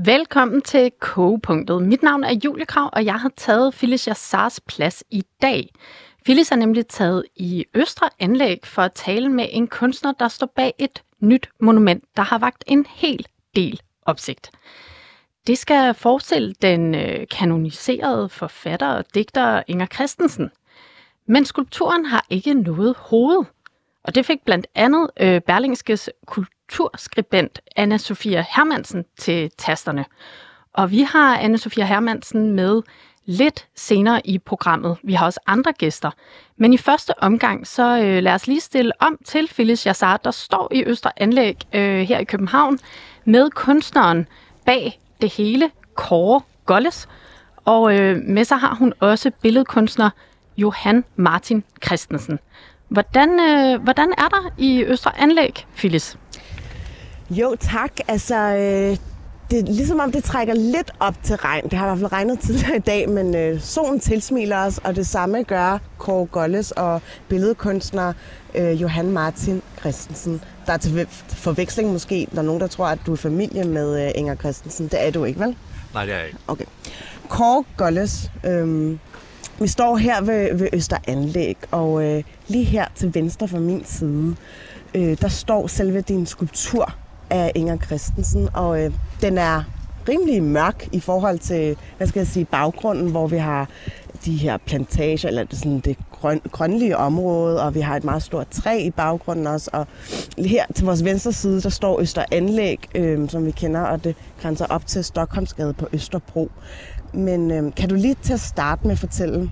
Velkommen til Kogepunktet. Mit navn er Julie Krag, og jeg har taget Phyllis Jassars plads i dag. Phyllis er nemlig taget i Østre Anlæg for at tale med en kunstner, der står bag et nyt monument, der har vakt en hel del opsigt. Det skal forestille den kanoniserede forfatter og digter Inger Christensen. Men skulpturen har ikke noget hoved. Og det fik blandt andet Berlingskes kulturskribent Anna-Sophia Hermansen til tasterne. Og vi har Anna-Sophia Hermansen med lidt senere i programmet. Vi har også andre gæster. Men i første omgang, så lad os lige stille om til Phyllis Jassar, der står i Østre Anlæg her i København med kunstneren bag det hele, Kåre Golles. Og med sig har hun også billedkunstner Johan Martin Christensen. Hvordan er der i Østre Anlæg, Phyllis? Jo, tak. Altså, det er ligesom om det trækker lidt op til regn. Det har i hvert fald regnet tidligere i dag, men solen tilsmiler os, og det samme gør Kåre Golles og billedkunstner Johan Martin Christensen. Der er til forveksling måske, der er nogen, der tror, at du er familie med Inger Christensen. Det er du ikke, vel? Nej, det er jeg ikke. Okay. Kåre Golles, vi står her ved Østre Anlæg, og lige her til venstre fra min side, der står selve din skulptur af Inger Christensen, og den er rimelig mørk i forhold til, baggrunden, hvor vi har de her plantager, eller det grønlige område, og vi har et meget stort træ i baggrunden også, og her til vores venstre side, der står Østre Anlæg, som vi kender, og det grænser op til Stockholmsgade på Østerbro. Men kan du lige til at starte med at fortælle,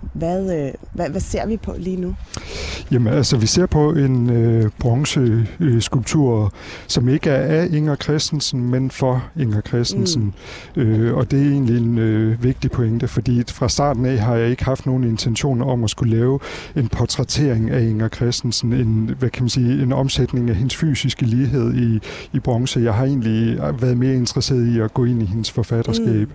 hvad ser vi på lige nu? Jamen altså, vi ser på en bronzeskulptur, som ikke er af Inger Christensen, men for Inger Christensen. Og det er egentlig en vigtig pointe, fordi fra starten af har jeg ikke haft nogen intention om at skulle lave en portrættering af Inger Christensen, en omsætning af hendes fysiske lighed i bronze. Jeg har egentlig været mere interesseret i at gå ind i hendes forfatterskab.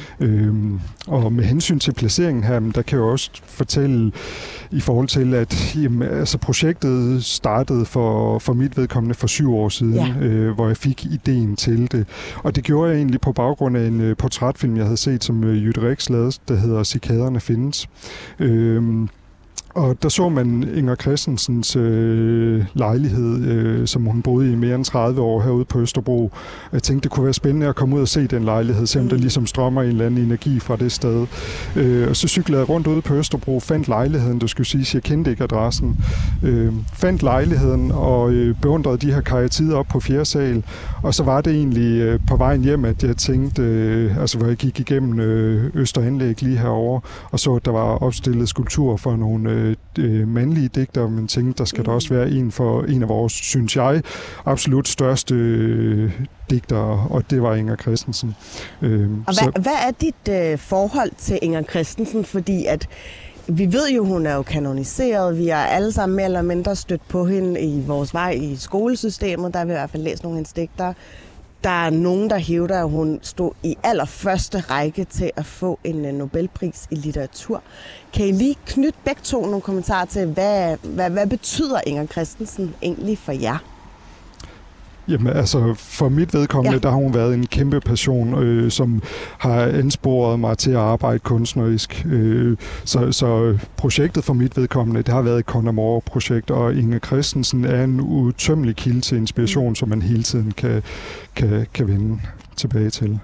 Og med hensyn til placeringen her, der kan jeg også fortælle i forhold til, at projektet startede for mit vedkommende for 7 år siden, hvor jeg fik ideen til det. Og det gjorde jeg egentlig på baggrund af en portrætfilm, jeg havde set, som Jytte Rex lavede, der hedder Cikaderne findes. Og der så man Inger Christensens lejlighed, som hun boede i mere end 30 år herude på Østerbro. Jeg tænkte, det kunne være spændende at komme ud og se den lejlighed, se om der ligesom strømmer en eller anden energi fra det sted. Og så cyklede jeg rundt ude på Østerbro, fandt lejligheden, det skulle siges, jeg kendte ikke adressen. Fandt lejligheden og beundrede de her kariatider op på 4. sal. Og så var det egentlig på vejen hjem, at jeg tænkte, hvor jeg gik igennem Østre Anlæg lige herovre, og så, at der var opstillet skulpturer for nogle mandlige digtere, men tænkte, der skal der også være en af vores, synes jeg, absolut største digtere, og det var Inger Christensen. Og hvad er dit forhold til Inger Christensen? Fordi at vi ved jo, hun er jo kanoniseret. Vi har alle sammen mere eller mindre stødt på hende i vores vej i skolesystemet. Der har vi i hvert fald læst nogle af hendes digtere. Der er nogen, der hævder, at hun stod i allerførste række til at få en Nobelpris i litteratur. Kan I lige knytte begge to nogle kommentarer til, hvad betyder Inger Christensen egentlig for jer? Jamen altså, for mit vedkommende, der har hun været en kæmpe passion, som har ansporet mig til at arbejde kunstnerisk. Så projektet for mit vedkommende, det har været et Conor Moore-projekt, og Inger Christensen er en utømmelig kilde til inspiration, som man hele tiden kan vende tilbage til.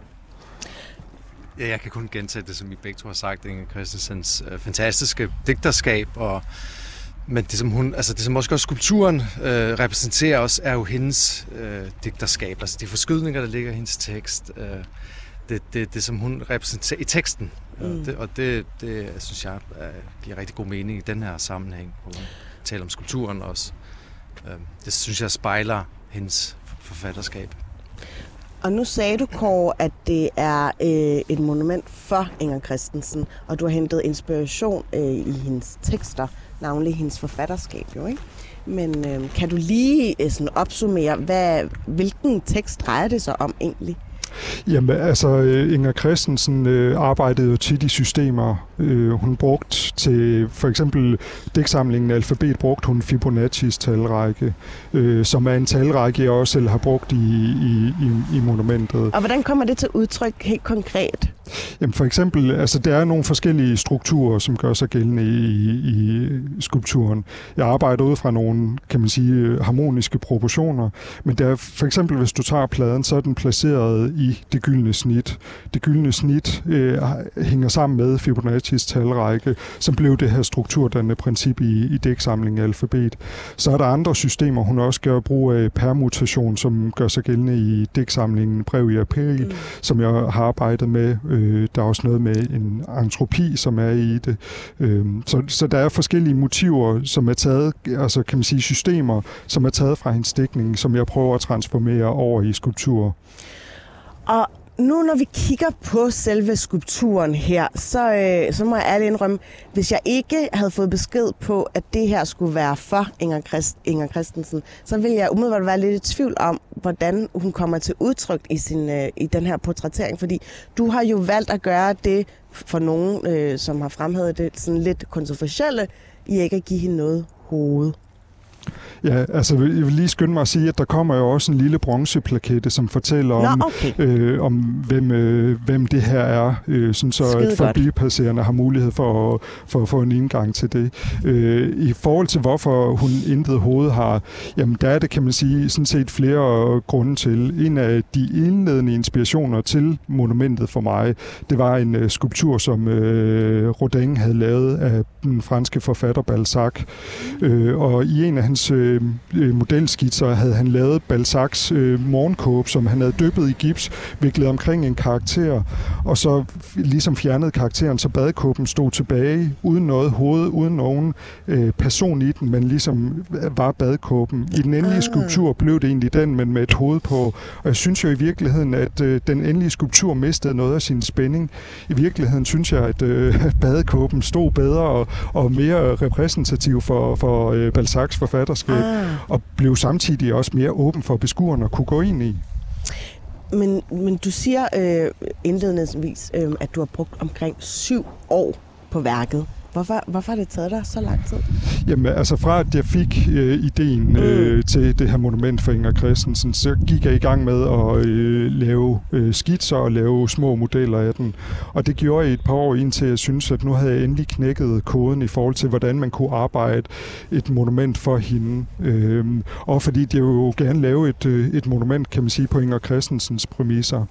Ja, jeg kan kun gentage det, som I begge to har sagt, Inger Christensens fantastiske digterskab, men det som også skulpturen repræsenterer os, er jo hendes digterskab, altså de forskydninger, der ligger i hendes tekst, det som hun repræsenterer i teksten, det synes jeg giver rigtig god mening i den her sammenhæng, hvor hun taler om skulpturen også. Det synes jeg spejler hendes forfatterskab. Og nu sagde du, Kåre, at det er et monument for Inger Christensen, og du har hentet inspiration i hendes tekster, navnlig hendes forfatterskab jo, ikke? Men kan du lige sådan opsummere, hvilken tekst drejer det sig om egentlig? Jamen, altså, Inger Christensen arbejdede jo tit i systemer. Hun brugte til, for eksempel digtsamlingen Alfabet, brugte hun Fibonaccis talrække, som er en talrække, jeg også selv har brugt i monumentet. Og hvordan kommer det til udtryk helt konkret? Jamen, for eksempel, altså, der er nogle forskellige strukturer, som gør sig gældende i skulpturen. Jeg arbejder ud fra nogle, kan man sige, harmoniske proportioner, men der, for eksempel, hvis du tager pladen, så er den placeret i det gyldne snit. Det gyldne snit hænger sammen med Fibonaccis talrække, som blev det her strukturdannende princip i digtsamlingen Alfabet. Så er der andre systemer, hun også gør brug af permutation, som gør sig gældende i digtsamlingen Brev i april, som jeg har arbejdet med. Der er også noget med en entropi, som er i det. Så der er forskellige motiver, som er taget, altså kan man sige systemer, som er taget fra hendes digtning, som jeg prøver at transformere over i skulpturer. Og nu når vi kigger på selve skulpturen her, så må jeg ærligt indrømme, hvis jeg ikke havde fået besked på, at det her skulle være for Inger Christensen, så ville jeg umiddelbart være lidt i tvivl om, hvordan hun kommer til udtryk i den her portrættering. Fordi du har jo valgt at gøre det for nogen, som har fremhævet det sådan lidt kontroversielle, i ikke at give hende noget hoved. Ja, altså jeg vil lige skynde mig at sige, at der kommer jo også en lille bronzeplakette, som fortæller om hvem det her er, sådan så at forbipasserende har mulighed for at få en indgang til det. I forhold til hvorfor hun intet hoved har, jamen der er det, kan man sige, sådan set flere grunde til. En af de indledende inspirationer til monumentet for mig, det var en skulptur, som Rodin havde lavet af den franske forfatter Balzac. Og i en af hans modelskitser havde han lavet Balzacs morgenkåbe, som han havde dyppet i gips, viklet omkring en karakter, og så ligesom fjernede karakteren, så badekåben stod tilbage, uden noget hoved, uden nogen person i den, men ligesom var badekåben. I den endelige skulptur blev det egentlig den, men med et hoved på. Og jeg synes jo i virkeligheden, at den endelige skulptur mistede noget af sin spænding. I virkeligheden synes jeg, at badekåben stod bedre og mere repræsentativ for Balzacs forfatterskab, og blev samtidig også mere åben for beskuerne at kunne gå ind i. Men du siger indledningsvis, at du har brugt omkring 7 år på værket. Hvorfor har det taget dig så lang tid? Jamen, altså fra at jeg fik ideen til det her monument for Inger Christensen, så gik jeg i gang med at lave skitser og lave små modeller af den. Og det gjorde jeg et par år indtil jeg synes, at nu havde jeg endelig knækket koden i forhold til, hvordan man kunne arbejde et monument for hende. Og fordi jeg jo gerne lave et monument, kan man sige, på Inger Christensens præmisser.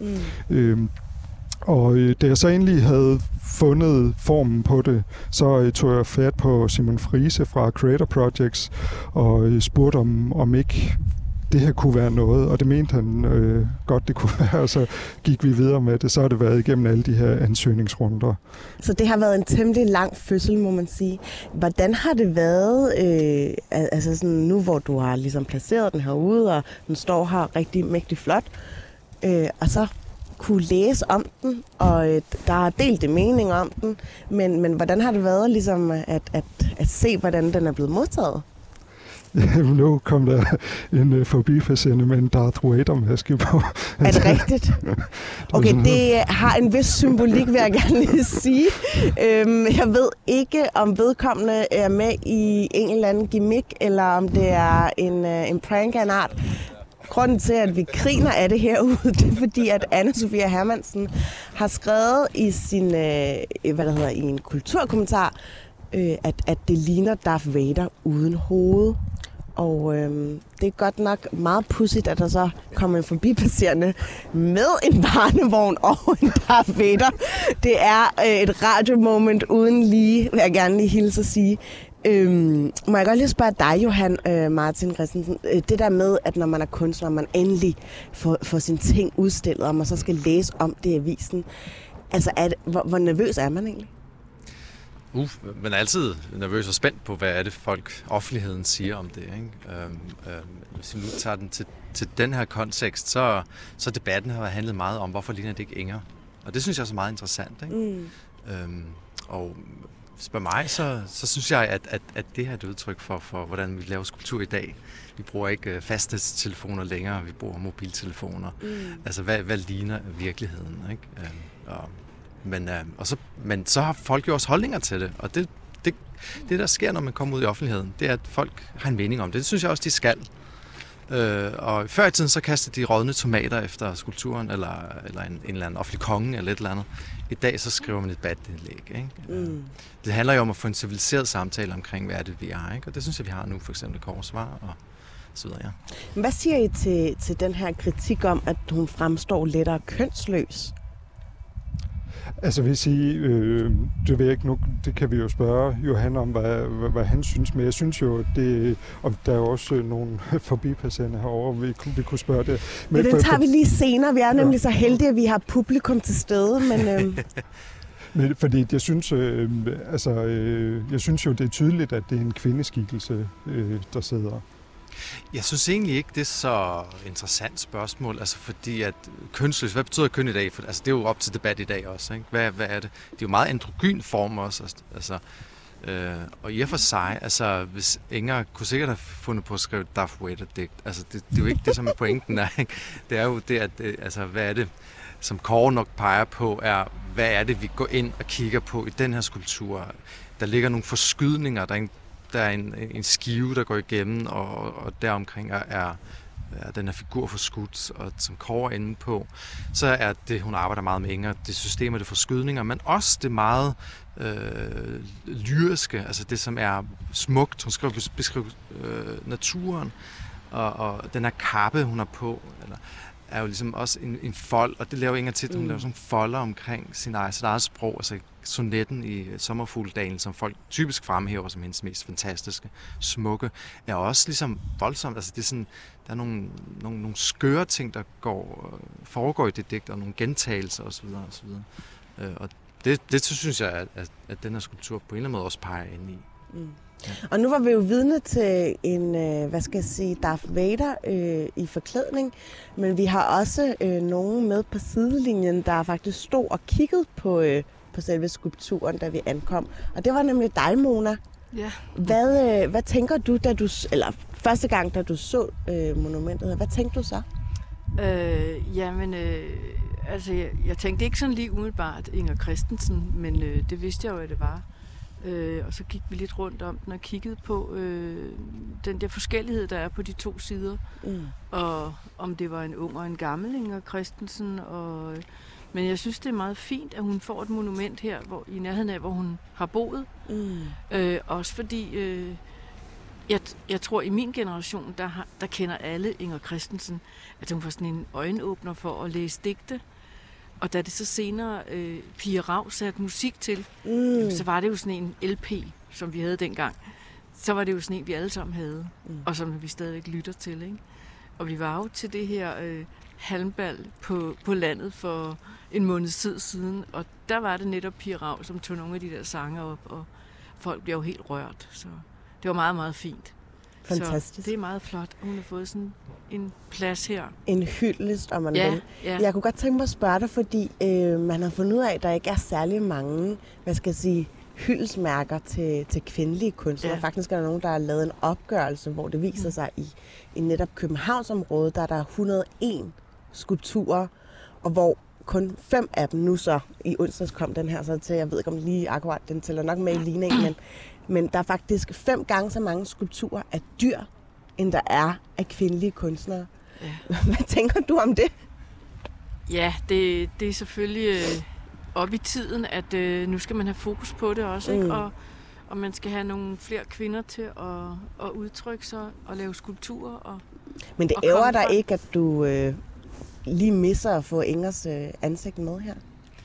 Og da jeg så endelig havde fundet formen på det, så tog jeg fat på Simon Friese fra Creator Projects og spurgte om ikke det her kunne være noget, og det mente han godt, det kunne være, og så gik vi videre med det. Så har det været igennem alle de her ansøgningsrunder. Så det har været en temmelig lang fødsel, må man sige. Hvordan har det været, altså sådan nu hvor du har ligesom placeret den herude, og den står her rigtig mægtig flot, og så kunne læse om den, og der er delt mening om den, men hvordan har det været ligesom at se, hvordan den er blevet modtaget? Nu kom der en forbipasserende med en Darth Vader-maske på. Er det rigtigt? Okay, det har en vis symbolik, vil jeg gerne lige sige. Jeg ved ikke, om vedkommende er med i en eller anden gimmick, eller om det er en prank af en art. Grunden til, at vi griner af det herude, det er fordi, at Anne-Sophia Hermansen har skrevet i sin, i en kulturkommentar, at det ligner Darth Vader uden hoved. Og det er godt nok meget pudsigt, at der så kommer en forbipasserende med en barnevogn og en Darth Vader. Det er et radiomoment uden lige, vil jeg gerne lige hilse at sige. Må jeg godt lige spørge dig, Johan Martin Christensen, det der med, at når man er kunstner, man endelig får sine ting udstillet, og man så skal læse om det i avisen, altså hvor nervøs er man egentlig? Men altid nervøs og spændt på, hvad er det folk, offentligheden siger om det, ikke? Hvis vi nu tager den til den her kontekst, så debatten har handlet meget om, hvorfor ligner det ikke Inger? Og det synes jeg er så meget interessant, ikke? Og spørger mig, så synes jeg, at det her er et udtryk for, hvordan vi laver skulptur i dag. Vi bruger ikke fastnettelefoner længere, vi bruger mobiltelefoner. Altså, hvad ligner virkeligheden, ikke? Men så har folk jo også holdninger til det, og det, der sker, når man kommer ud i offentligheden, det er, at folk har en mening om det. Det synes jeg også, de skal. Og før i tiden, så kastede de rådne tomater efter skulpturen, eller en eller anden offentlig konge, eller et eller andet. I dag, så skriver man et debatindlæg, ikke? Det handler jo om at få en civiliseret samtale omkring, hvad er det, vi er, ikke? Og det synes jeg, vi har nu, for eksempel Korsvar og så videre, ja. Hvad siger I til den her kritik om, at hun fremstår lettere kønsløs? Altså vil sige, det ved jeg ikke nu, det kan vi jo spørge Johan om, hvad han synes, men jeg synes jo, og der er jo også nogle forbipasserende herovre, vi kunne spørge det. Men det tager vi lige senere, vi er nemlig så heldige, at vi har publikum til stede, men... Men fordi jeg synes, jeg synes jo, det er tydeligt, at det er en kvindeskikkelse, der sidder. Jeg synes egentlig ikke, det er så interessant spørgsmål, altså fordi at kønsløs, hvad betyder køn i dag? For, altså det er jo op til debat i dag også, ikke? Hvad er det? Det er jo meget androgyn form også, altså, og i og for sig, altså hvis Inger kunne sikkert have fundet på at skrive Darth Vader-digt, altså det er jo ikke det, som er pointen der, ikke? Det er jo det, at altså hvad er det, som Kåre nok peger på, er, hvad er det, vi går ind og kigger på i den her skulptur? Der ligger nogle forskydninger, der er en skive, der går igennem, og deromkring er den her figur forskudt, og som Kåre er inde på, så er det, hun arbejder meget med Inger, det system af det forskydninger, men også det meget lyriske, altså det, som er smukt. Hun skal beskrive naturen, og den her kappe, hun har på, er jo ligesom også en fold, og det laver Inger tit, hun laver sådan folder omkring sit eget sprog, altså sonetten i Sommerfugledalen, som folk typisk fremhæver som hendes mest fantastiske, smukke, er også ligesom voldsomt, altså det er sådan, der er nogle skøre ting, der foregår i det digt, og nogle gentagelser osv. Og det synes jeg, at den her skulptur på en eller anden måde også peger ind i. Ja. Og nu var vi jo vidne til en, Darth Vader i forklædning, men vi har også nogen med på sidelinjen, der faktisk stod og kiggede på selve skulpturen, da vi ankom. Og det var nemlig dig, Mona. Ja. Hvad tænker du, første gang, da du så monumentet, hvad tænkte du så? Jeg tænkte ikke sådan lige umiddelbart Inger Christensen, men det vidste jeg jo, at det var. Og så gik vi lidt rundt om den og kiggede på den der forskellighed, der er på de to sider. Og om det var en ung og en gammel Inger Christensen. Men jeg synes, det er meget fint, at hun får et monument her, i nærheden af, hvor hun har boet. Også fordi, jeg tror, i min generation, der kender alle Inger Christensen, at hun var sådan en øjenåbner for at læse digte. Og da det så senere Pia Rav satte musik til, så var det jo sådan en LP, som vi havde dengang. Så var det jo sådan en, vi alle sammen havde, og som vi stadigvæk lytter til, ikke? Og vi var jo til det her halmbal på landet for en måneds tid siden, og der var det netop Pia Rav, som tog nogle af de der sange op, og folk blev jo helt rørt. Så det var meget, meget fint. Fantastisk. Så det er meget flot, at hun har fået sådan en plads her. En hyldest, om man vil. Ja. Jeg kunne godt tænke mig at spørge dig, fordi man har fundet ud af, at der ikke er særlig mange, hyldesmærker til kvindelige kunstnere. Ja. Faktisk er der nogen, der har lavet en opgørelse, hvor det viser sig i netop Københavnsområdet, der er der 101 skulpturer, og hvor kun 5 af dem nu så, i onsdags kom den her så til, jeg ved ikke om lige akkurat, den tæller nok med i ligningen, men der er faktisk 5 gange så mange skulpturer af dyr, end der er af kvindelige kunstnere. Ja. Hvad tænker du om det? Ja, det er selvfølgelig op i tiden, at nu skal man have fokus på det også, ikke? Og man skal have nogle flere kvinder til at udtrykke sig og lave skulpturer. Men det ærger dig ikke, at du lige misser at få Ingers ansigt med her?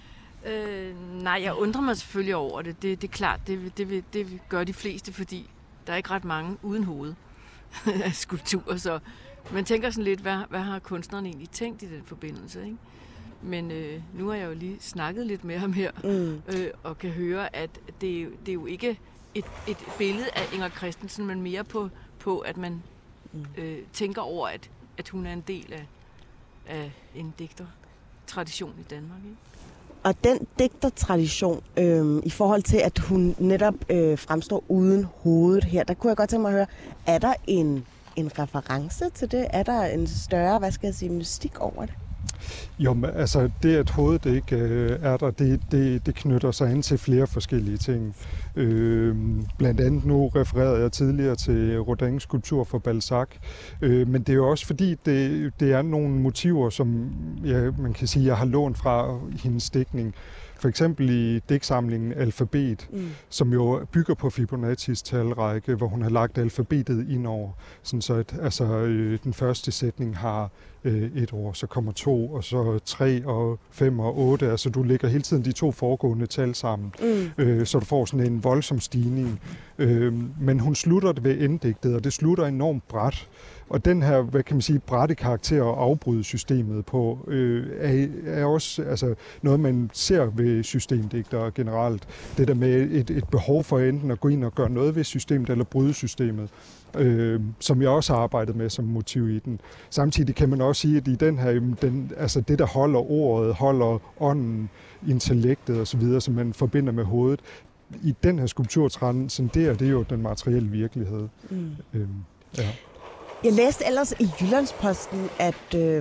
Nej, jeg undrer mig selvfølgelig over det. Det er klart, det gør de fleste, fordi der er ikke ret mange uden hoved af skulpturer. Så man tænker sådan lidt, hvad har kunstneren egentlig tænkt i den forbindelse, ikke? Men nu har jeg jo lige snakket lidt med ham her, og kan høre, at det er jo ikke et billede af Inger Christensen, men mere på at man tænker over, at hun er en del af en digtertradition i Danmark, ikke? Og den digtertradition, i forhold til, at hun netop fremstår uden hovedet her, der kunne jeg godt tænke mig at høre, er der en reference til det? Er der en større, mystik over det? Jo, men altså det, at hovedet ikke er der, det knytter sig an til flere forskellige ting. Blandt andet nu refererede jeg tidligere til Rodins skulptur for Balzac, men det er jo også fordi, det er nogle motiver, som man kan sige, jeg har lånt fra hendes digtning. For eksempel i digtsamlingen Alfabet, som jo bygger på Fibonaccis talrække, hvor hun har lagt alfabetet ind over. Sådan så at den første sætning har 1 ord, så kommer 2, og så 3 og 5 og 8. Altså du lægger hele tiden de 2 foregående tal sammen, så du får sådan en voldsom stigning. Men hun slutter det ved enddigtet, og det slutter enormt brat. Og den her, bratte karakter og afbryde systemet på, er også noget, man ser ved systemdigtere generelt. Det der med et behov for enten at gå ind og gøre noget ved systemet, eller bryde systemet, som jeg også har arbejdet med som motiv i den. Samtidig kan man også sige, at i den her, det der holder ordet, holder ånden, intellektet osv., som man forbinder med hovedet, i den her skulpturtrend, det er jo den materielle virkelighed. Ja. Jeg læste ellers i Jyllandsposten, at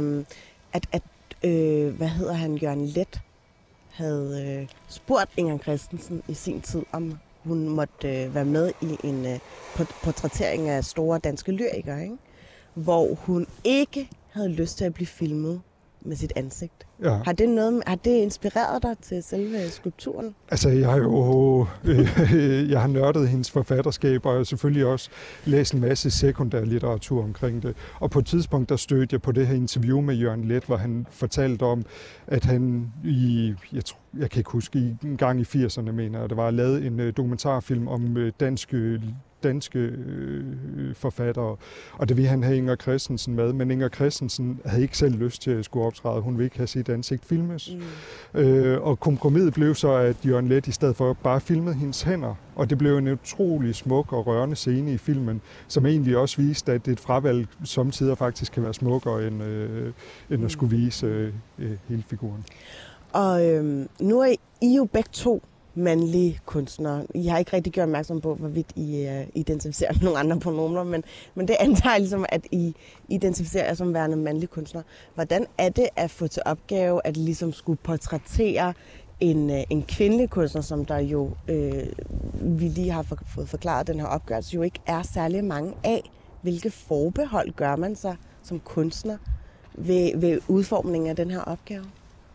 Jørgen Leth havde spurgt Inger Christensen i sin tid, om hun måtte være med i en portrættering af store danske lyrikere, ikke? Hvor hun ikke havde lyst til at blive filmet med sit ansigt. Ja. Har det inspireret dig til selve skulpturen? Altså, jeg har nørdet hendes forfatterskab, og jeg har selvfølgelig også læst en masse sekundær litteratur omkring det. Og på et tidspunkt, der stødte jeg på det her interview med Jørgen Leth, hvor han fortalte om, at han jeg kan ikke huske, en gang i 80'erne, mener jeg, der var lavet en dokumentarfilm om danske forfattere, og det ville han have Inger Christensen med, men Inger Christensen havde ikke selv lyst til at skulle optræde. Hun ville ikke have sit ansigt filmes. Og kompromiset blev så, at Jørgen Leth i stedet for bare filmede hendes hænder, og det blev en utrolig smuk og rørende scene i filmen, som egentlig også viste, at et fravalg samtidig faktisk kan være smukkere end at skulle vise hele figuren. Og nu er I jo begge to mandlige kunstnere. I har ikke rigtig gjort opmærksom på, hvorvidt I identificerer nogle andre pronomer, men det antager ligesom, at I identificerer jer som værende mandlige kunstnere. Hvordan er det at få til opgave at ligesom skulle portrættere en kvindelig kunstner, som der jo, vi lige har fået forklaret den her opgørelse, jo ikke er særlig mange af? Hvilke forbehold gør man sig som kunstner ved udformningen af den her opgave?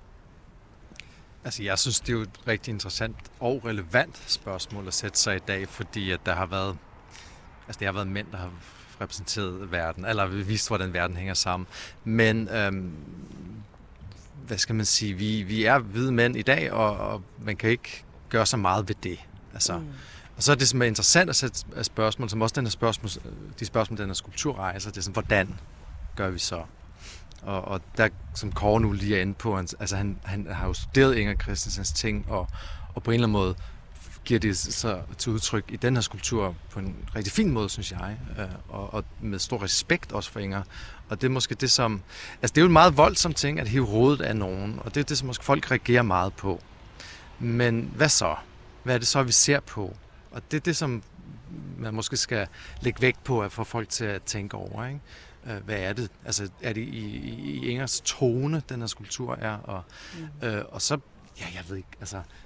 Altså, jeg synes, det er jo et rigtig interessant og relevant spørgsmål at sætte sig i dag, fordi at det har været mænd, der har repræsenteret verden, eller vist, hvordan verden hænger sammen. Men, hvad skal man sige, vi er hvide mænd i dag, og man kan ikke gøre så meget ved det. Altså, og så er det, som er interessant at sætte spørgsmål, som også de spørgsmål, den her skulptur rejser, det er sådan, hvordan gør vi så? Og der, som Kåre nu lige er inde på, han har jo studeret Inger Christensens ting, og på en eller anden måde giver det så til udtryk i den her skulptur på en rigtig fin måde, synes jeg, og med stor respekt også for Inger. Og det er måske det, som... Altså, det er jo en meget voldsom ting at hive hovedet af nogen, og det er det, som måske folk reagerer meget på. Men hvad så? Hvad er det så, vi ser på? Og det er det, som man måske skal lægge vægt på at få folk til at tænke over, ikke? Hvad er det? Altså, er det i Ingers tone, den her skulptur er? Og så, jeg ved ikke,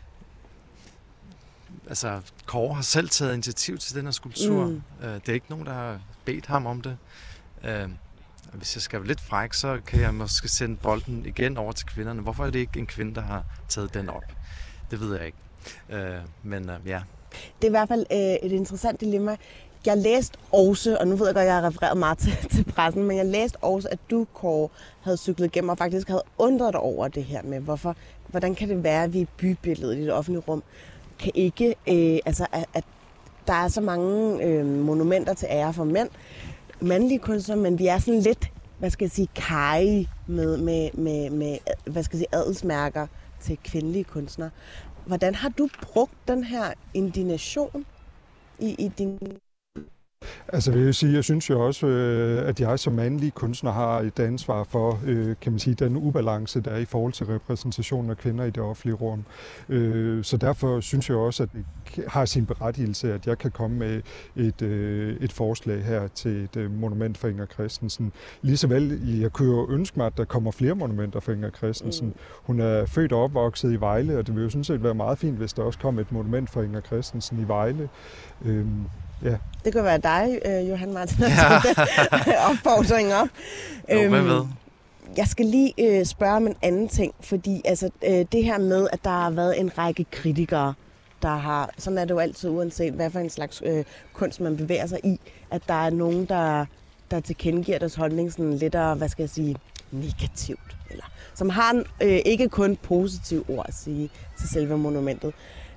altså, Kåre har selv taget initiativ til den her skulptur. Det er ikke nogen, der har bedt ham om det. Hvis jeg skal være lidt fræk, så kan jeg måske sende bolden igen over til kvinderne. Hvorfor er det ikke en kvinde, der har taget den op? Det ved jeg ikke. Ja. Det er i hvert fald et interessant dilemma. Jeg læste også, og nu ved jeg godt, at jeg har refereret meget til pressen, men jeg læste også, at du, Kåre, havde cyklet igennem og faktisk havde undret dig over det her med, hvordan kan det være, at vi i bybilledet i det offentlige rum kan ikke, at der er så mange monumenter til ære for mandlige kunstnere, men vi er sådan lidt, karige med adelsmærker til kvindelige kunstnere. Hvordan har du brugt den her indignation i din Altså vil jeg sige, jeg synes jo også, at jeg som mandlig kunstner har et ansvar for, kan man sige, den ubalance, der er i forhold til repræsentationen af kvinder i det offentlige rum. Så derfor synes jeg også, at det har sin berettigelse, at jeg kan komme med et forslag her til et monument for Inger Christensen. Ligesåvel, jeg kunne jo ønske mig, at der kommer flere monumenter for Inger Christensen. Hun er født og opvokset i Vejle, og det vil jo sådan set være meget fint, hvis der også kom et monument for Inger Christensen i Vejle. Ja. Det kan være dig, Johan Martin, der tager opfordringen op. Hvem ved? Jeg skal lige spørge om en anden ting, fordi altså, det her med, at der har været en række kritikere, der har, sådan er det jo altid, uanset hvad for en slags kunst man bevæger sig i, at der er nogen, der tilkendegiver deres holdning sådan lidt, hvad skal jeg sige, negativt, eller som har ikke kun positive ord at sige til selve monumentet.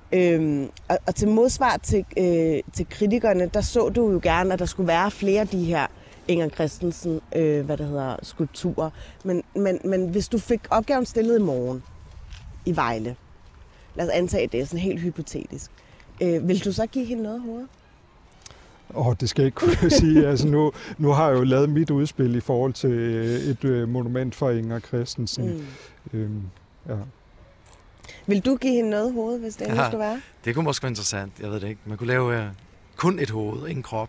Og til modsvar til kritikerne, der så du jo gerne, at der skulle være flere af de her Inger Christensen skulpturer. Men hvis du fik opgaven stillet i morgen i Vejle, lad os antage det, sådan helt hypotetisk, vil du så give hende noget hovedet? Det skal jeg ikke kunne sige. Altså nu har jeg jo lavet mit udspil i forhold til et monument for Inger Christensen. Ja. Vil du give hende noget hoved, hvis det skulle være? Det kunne måske være interessant. Jeg ved det ikke. Man kunne lave kun et hoved, ingen krop.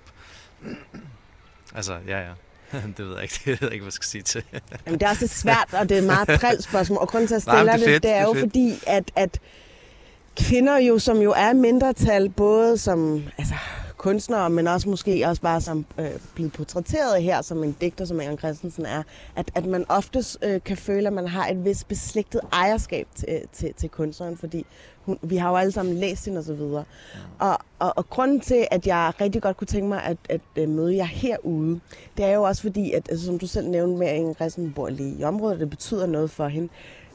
Altså, ja. Det ved jeg ikke. Det ved jeg ikke, hvad jeg skal sige til. Jamen, det er også svært, og det er et meget drildt spørgsmål. Og grunden til at stille det er jo fordi, at kvinder jo, som jo er mindretal, både som kunstnere, men også måske også bare som blevet portrætteret her, som en digter, som Inger Christensen er, at man oftest kan føle, at man har et vist beslægtet ejerskab til kunstneren, fordi vi har jo alle sammen læst hende og så videre. Og grunden til, at jeg rigtig godt kunne tænke mig at møde jer herude, det er jo også fordi, at altså, som du selv nævnte med, at Inger Christensen bor lige i området, det betyder noget for hende.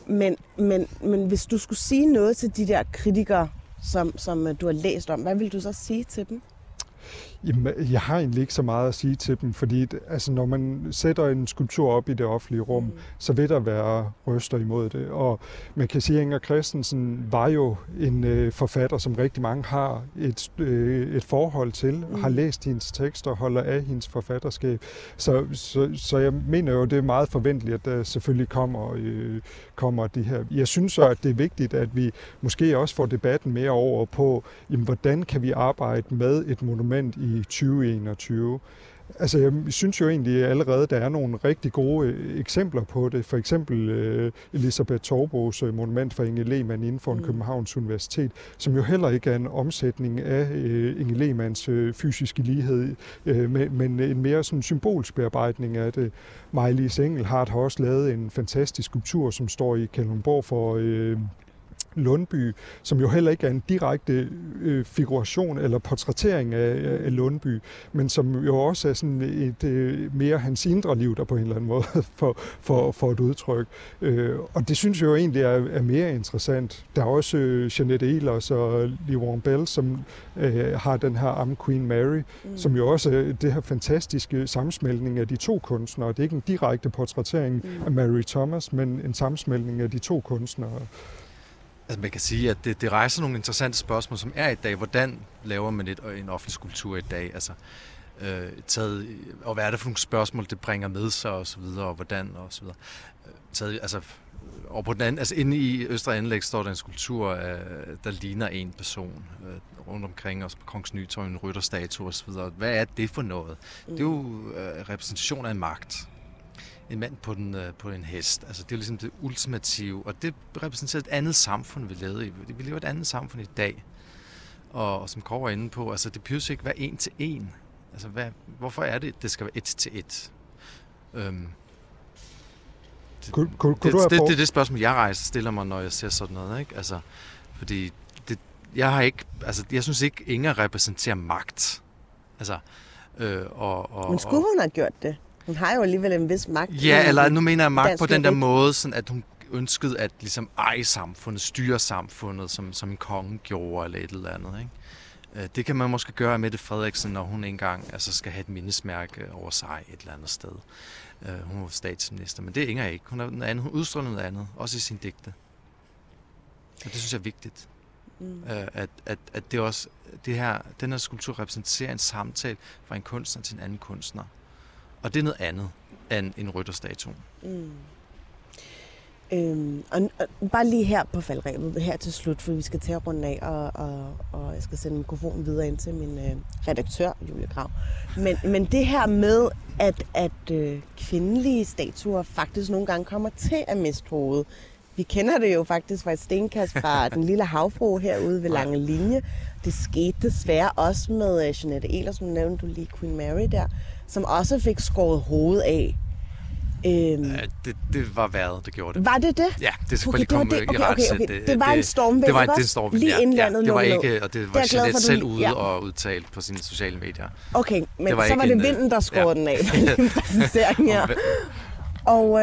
Men hvis du skulle sige noget til de der kritikere, som du har læst om, hvad vil du så sige til dem? Jamen, jeg har egentlig ikke så meget at sige til dem, fordi altså, når man sætter en skulptur op i det offentlige rum, så vil der være røster imod det. Og man kan sige, at Inger Christensen var jo en forfatter, som rigtig mange har et forhold til, har læst hendes tekster og holder af hendes forfatterskab. Så jeg mener jo, det er meget forventeligt, at der selvfølgelig kommer det her. Jeg synes så, at det er vigtigt, at vi måske også får debatten mere over på, jamen, hvordan kan vi arbejde med et monument i 2021. Altså, jeg synes jo egentlig allerede, der er nogle rigtig gode eksempler på det. For eksempel Elisabeth Torbos monument for Inge Lehmann inden for Københavns Universitet, som jo heller ikke er en omsætning af Inge Lehmanns fysiske lighed, men en mere sådan symbolsk bearbejdning af det. Maj-Lise Engelhardt har også lavet en fantastisk skulptur, som står i Kalundborg for Lundby, som jo heller ikke er en direkte figuration eller portrættering af Lundby, men som jo også er sådan et mere hans indre liv, der på en eller anden måde for et udtryk. Og det synes jeg jo egentlig er mere interessant. Der er også Jeanette Ehlers og Livon Bell, som har den her I'm Queen Mary, som jo også er det her fantastiske sammensmeltning af de to kunstnere. Det er ikke en direkte portrættering af Mary Thomas, men en sammensmeltning af de to kunstnere. Altså man kan sige, at det rejser nogle interessante spørgsmål, som er i dag. Hvordan laver man en offentlig skulptur i dag? Altså, og hvad er det for nogle spørgsmål, det bringer med sig, og så videre, og hvordan, og så videre. Og på den anden, altså inde i Østre Anlæg står der en skulptur, der ligner en person rundt omkring os på Kongens Nytorv, en rytterstatue og så videre. Hvad er det for noget? Det er jo repræsentation af en magt. En mand på en hest. Altså, det er jo ligesom det ultimative, og det repræsenterer et andet samfund, vi levede i. Vi lever et andet samfund i dag. Og som Kåre var inde på, altså, det behøver ikke være en til en. Altså, hvorfor er det skal være et til et? Det er det spørgsmål, jeg stiller mig, når jeg ser sådan noget, ikke? Altså, fordi jeg synes ikke, Inger repræsenterer magt. Altså, men skulle hun have gjort det? Hun har jo alligevel en vis magt. Ja, eller nu mener jeg magt på den der måde, sådan at hun ønskede at ligesom eje samfundet, styre samfundet, som en konge gjorde, eller et eller andet. Ikke? Det kan man måske gøre med Mette Frederiksen, når hun engang skal have et mindesmærke over sig et eller andet sted. Hun var statsminister, men det er Inger ikke. Hun udstråler noget andet, også i sin digte. Og det synes jeg er vigtigt. At det også, den her skulptur repræsenterer en samtale fra en kunstner til en anden kunstner. Og det er noget andet end en rytterstatue. Og bare lige her på faldrebet, her til slut, for vi skal til at runde af, og jeg skal sende mikrofonen videre ind til min redaktør, Julie Grav. Men det her med, at kvindelige statuer faktisk nogle gange kommer til at miste hovedet. Vi kender det jo faktisk fra et stenkast fra Den Lille Havfrue herude ved Lange Linje. Det skete desværre også med Jeanette Ehlers, som nævnte du lige Queen Mary der, som også fik skåret hovedet af. Det var vejret, der gjorde det. Var det det? Ja, det skal bare komme i retsæt. Det var en stormvind, det var en stormvind, lige inden landet det var ikke, og det var Jeanette selv ude og udtalt på sine sociale medier. Okay, men så var det vinden, der skårede den af på din præcisering her. Og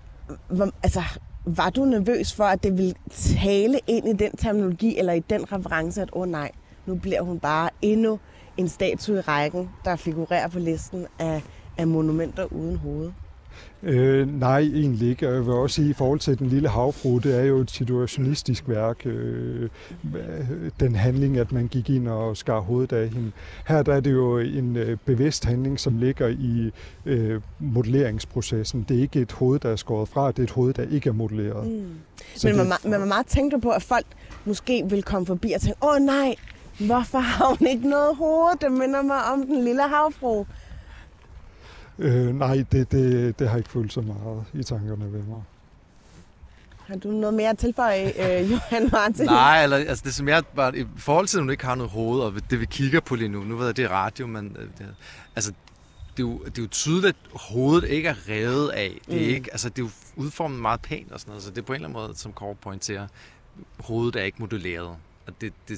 var du nervøs for, at det ville tale ind i den terminologi, eller i den reference, at nej, nu bliver hun bare endnu en statue i rækken, der figurerer på listen af monumenter uden hoved? Nej, egentlig ikke. Jeg vil også sige, i forhold til Den Lille Havfrue, det er jo et situationistisk værk. Den handling, at man gik ind og skar hovedet af hende. Her der er det jo en bevidst handling, som ligger i modelleringsprocessen. Det er ikke et hoved, der er skåret fra, det er et hoved, der ikke er modelleret. Men man meget tænkte på, at folk måske vil komme forbi og tænke, nej, hvorfor har hun ikke noget hoved? Det minder mig om Den Lille Havfrue. Nej, det har ikke følt så meget i tankerne ved mig. Har du noget mere at tilføje, Johan Martin? Nej, altså det som jeg bare, i forhold til, at hun ikke har noget hoved, og det vi kigger på lige nu ved jeg, det er radio, men det er jo tydeligt, at hovedet ikke er revet af. Det er ikke, altså det er jo udformet meget pænt og sådan noget, så det er på en eller anden måde, som Kåre pointerer, hovedet er ikke modelleret. Og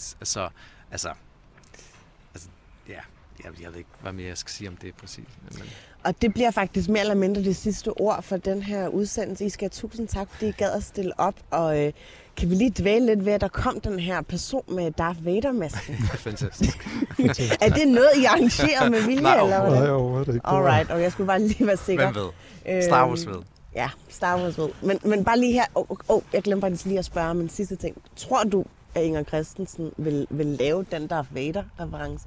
jeg ved ikke, hvad mere jeg skal sige om det præcis. Men... Og det bliver faktisk mere eller mindre det sidste ord for den her udsendelse. I skal have tusind tak, fordi I gad at stille op. Og kan vi lige dvæle lidt ved, at der kom den her person med Darth Vader-masken? Fantastisk. Er det noget, I arrangerer med vilje? Nej, overhovedet ikke. Alright, og jeg skulle bare lige være sikker. Hvem ved? Star Wars ved. Ja, Star Wars ved. Men bare lige her, jeg glemte faktisk lige at spørge om en sidste ting. Tror du, at Inger Christensen vil lave den Darth Vader-reference?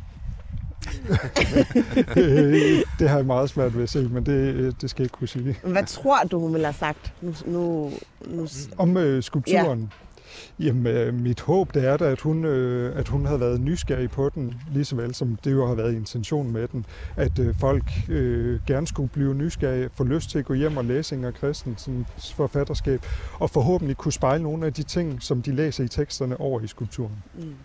Det har jeg meget svært ved at se, men det skal jeg ikke kunne sige. Hvad tror du, hun ville have sagt? Om skulpturen? Ja. Jamen, mit håb det er da, at hun havde været nysgerrig på den, lige så vel som det jo har været intentionen med den. At folk gerne skulle blive nysgerrige, få lyst til at gå hjem og læse Inger Christensens forfatterskab, og forhåbentlig kunne spejle nogle af de ting, som de læser i teksterne over i skulpturen.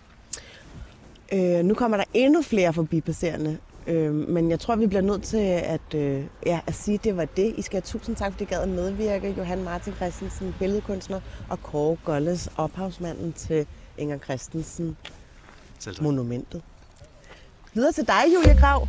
Nu kommer der endnu flere forbipasserende, men jeg tror, vi bliver nødt til at sige, at det var det. I skal have tusind tak, fordi I gad at medvirke. Johan Martin Christensen, billedkunstner, og Kåre Golles, ophavsmanden til Inger Christensen monumentet. Videre til dig, Julie Grav.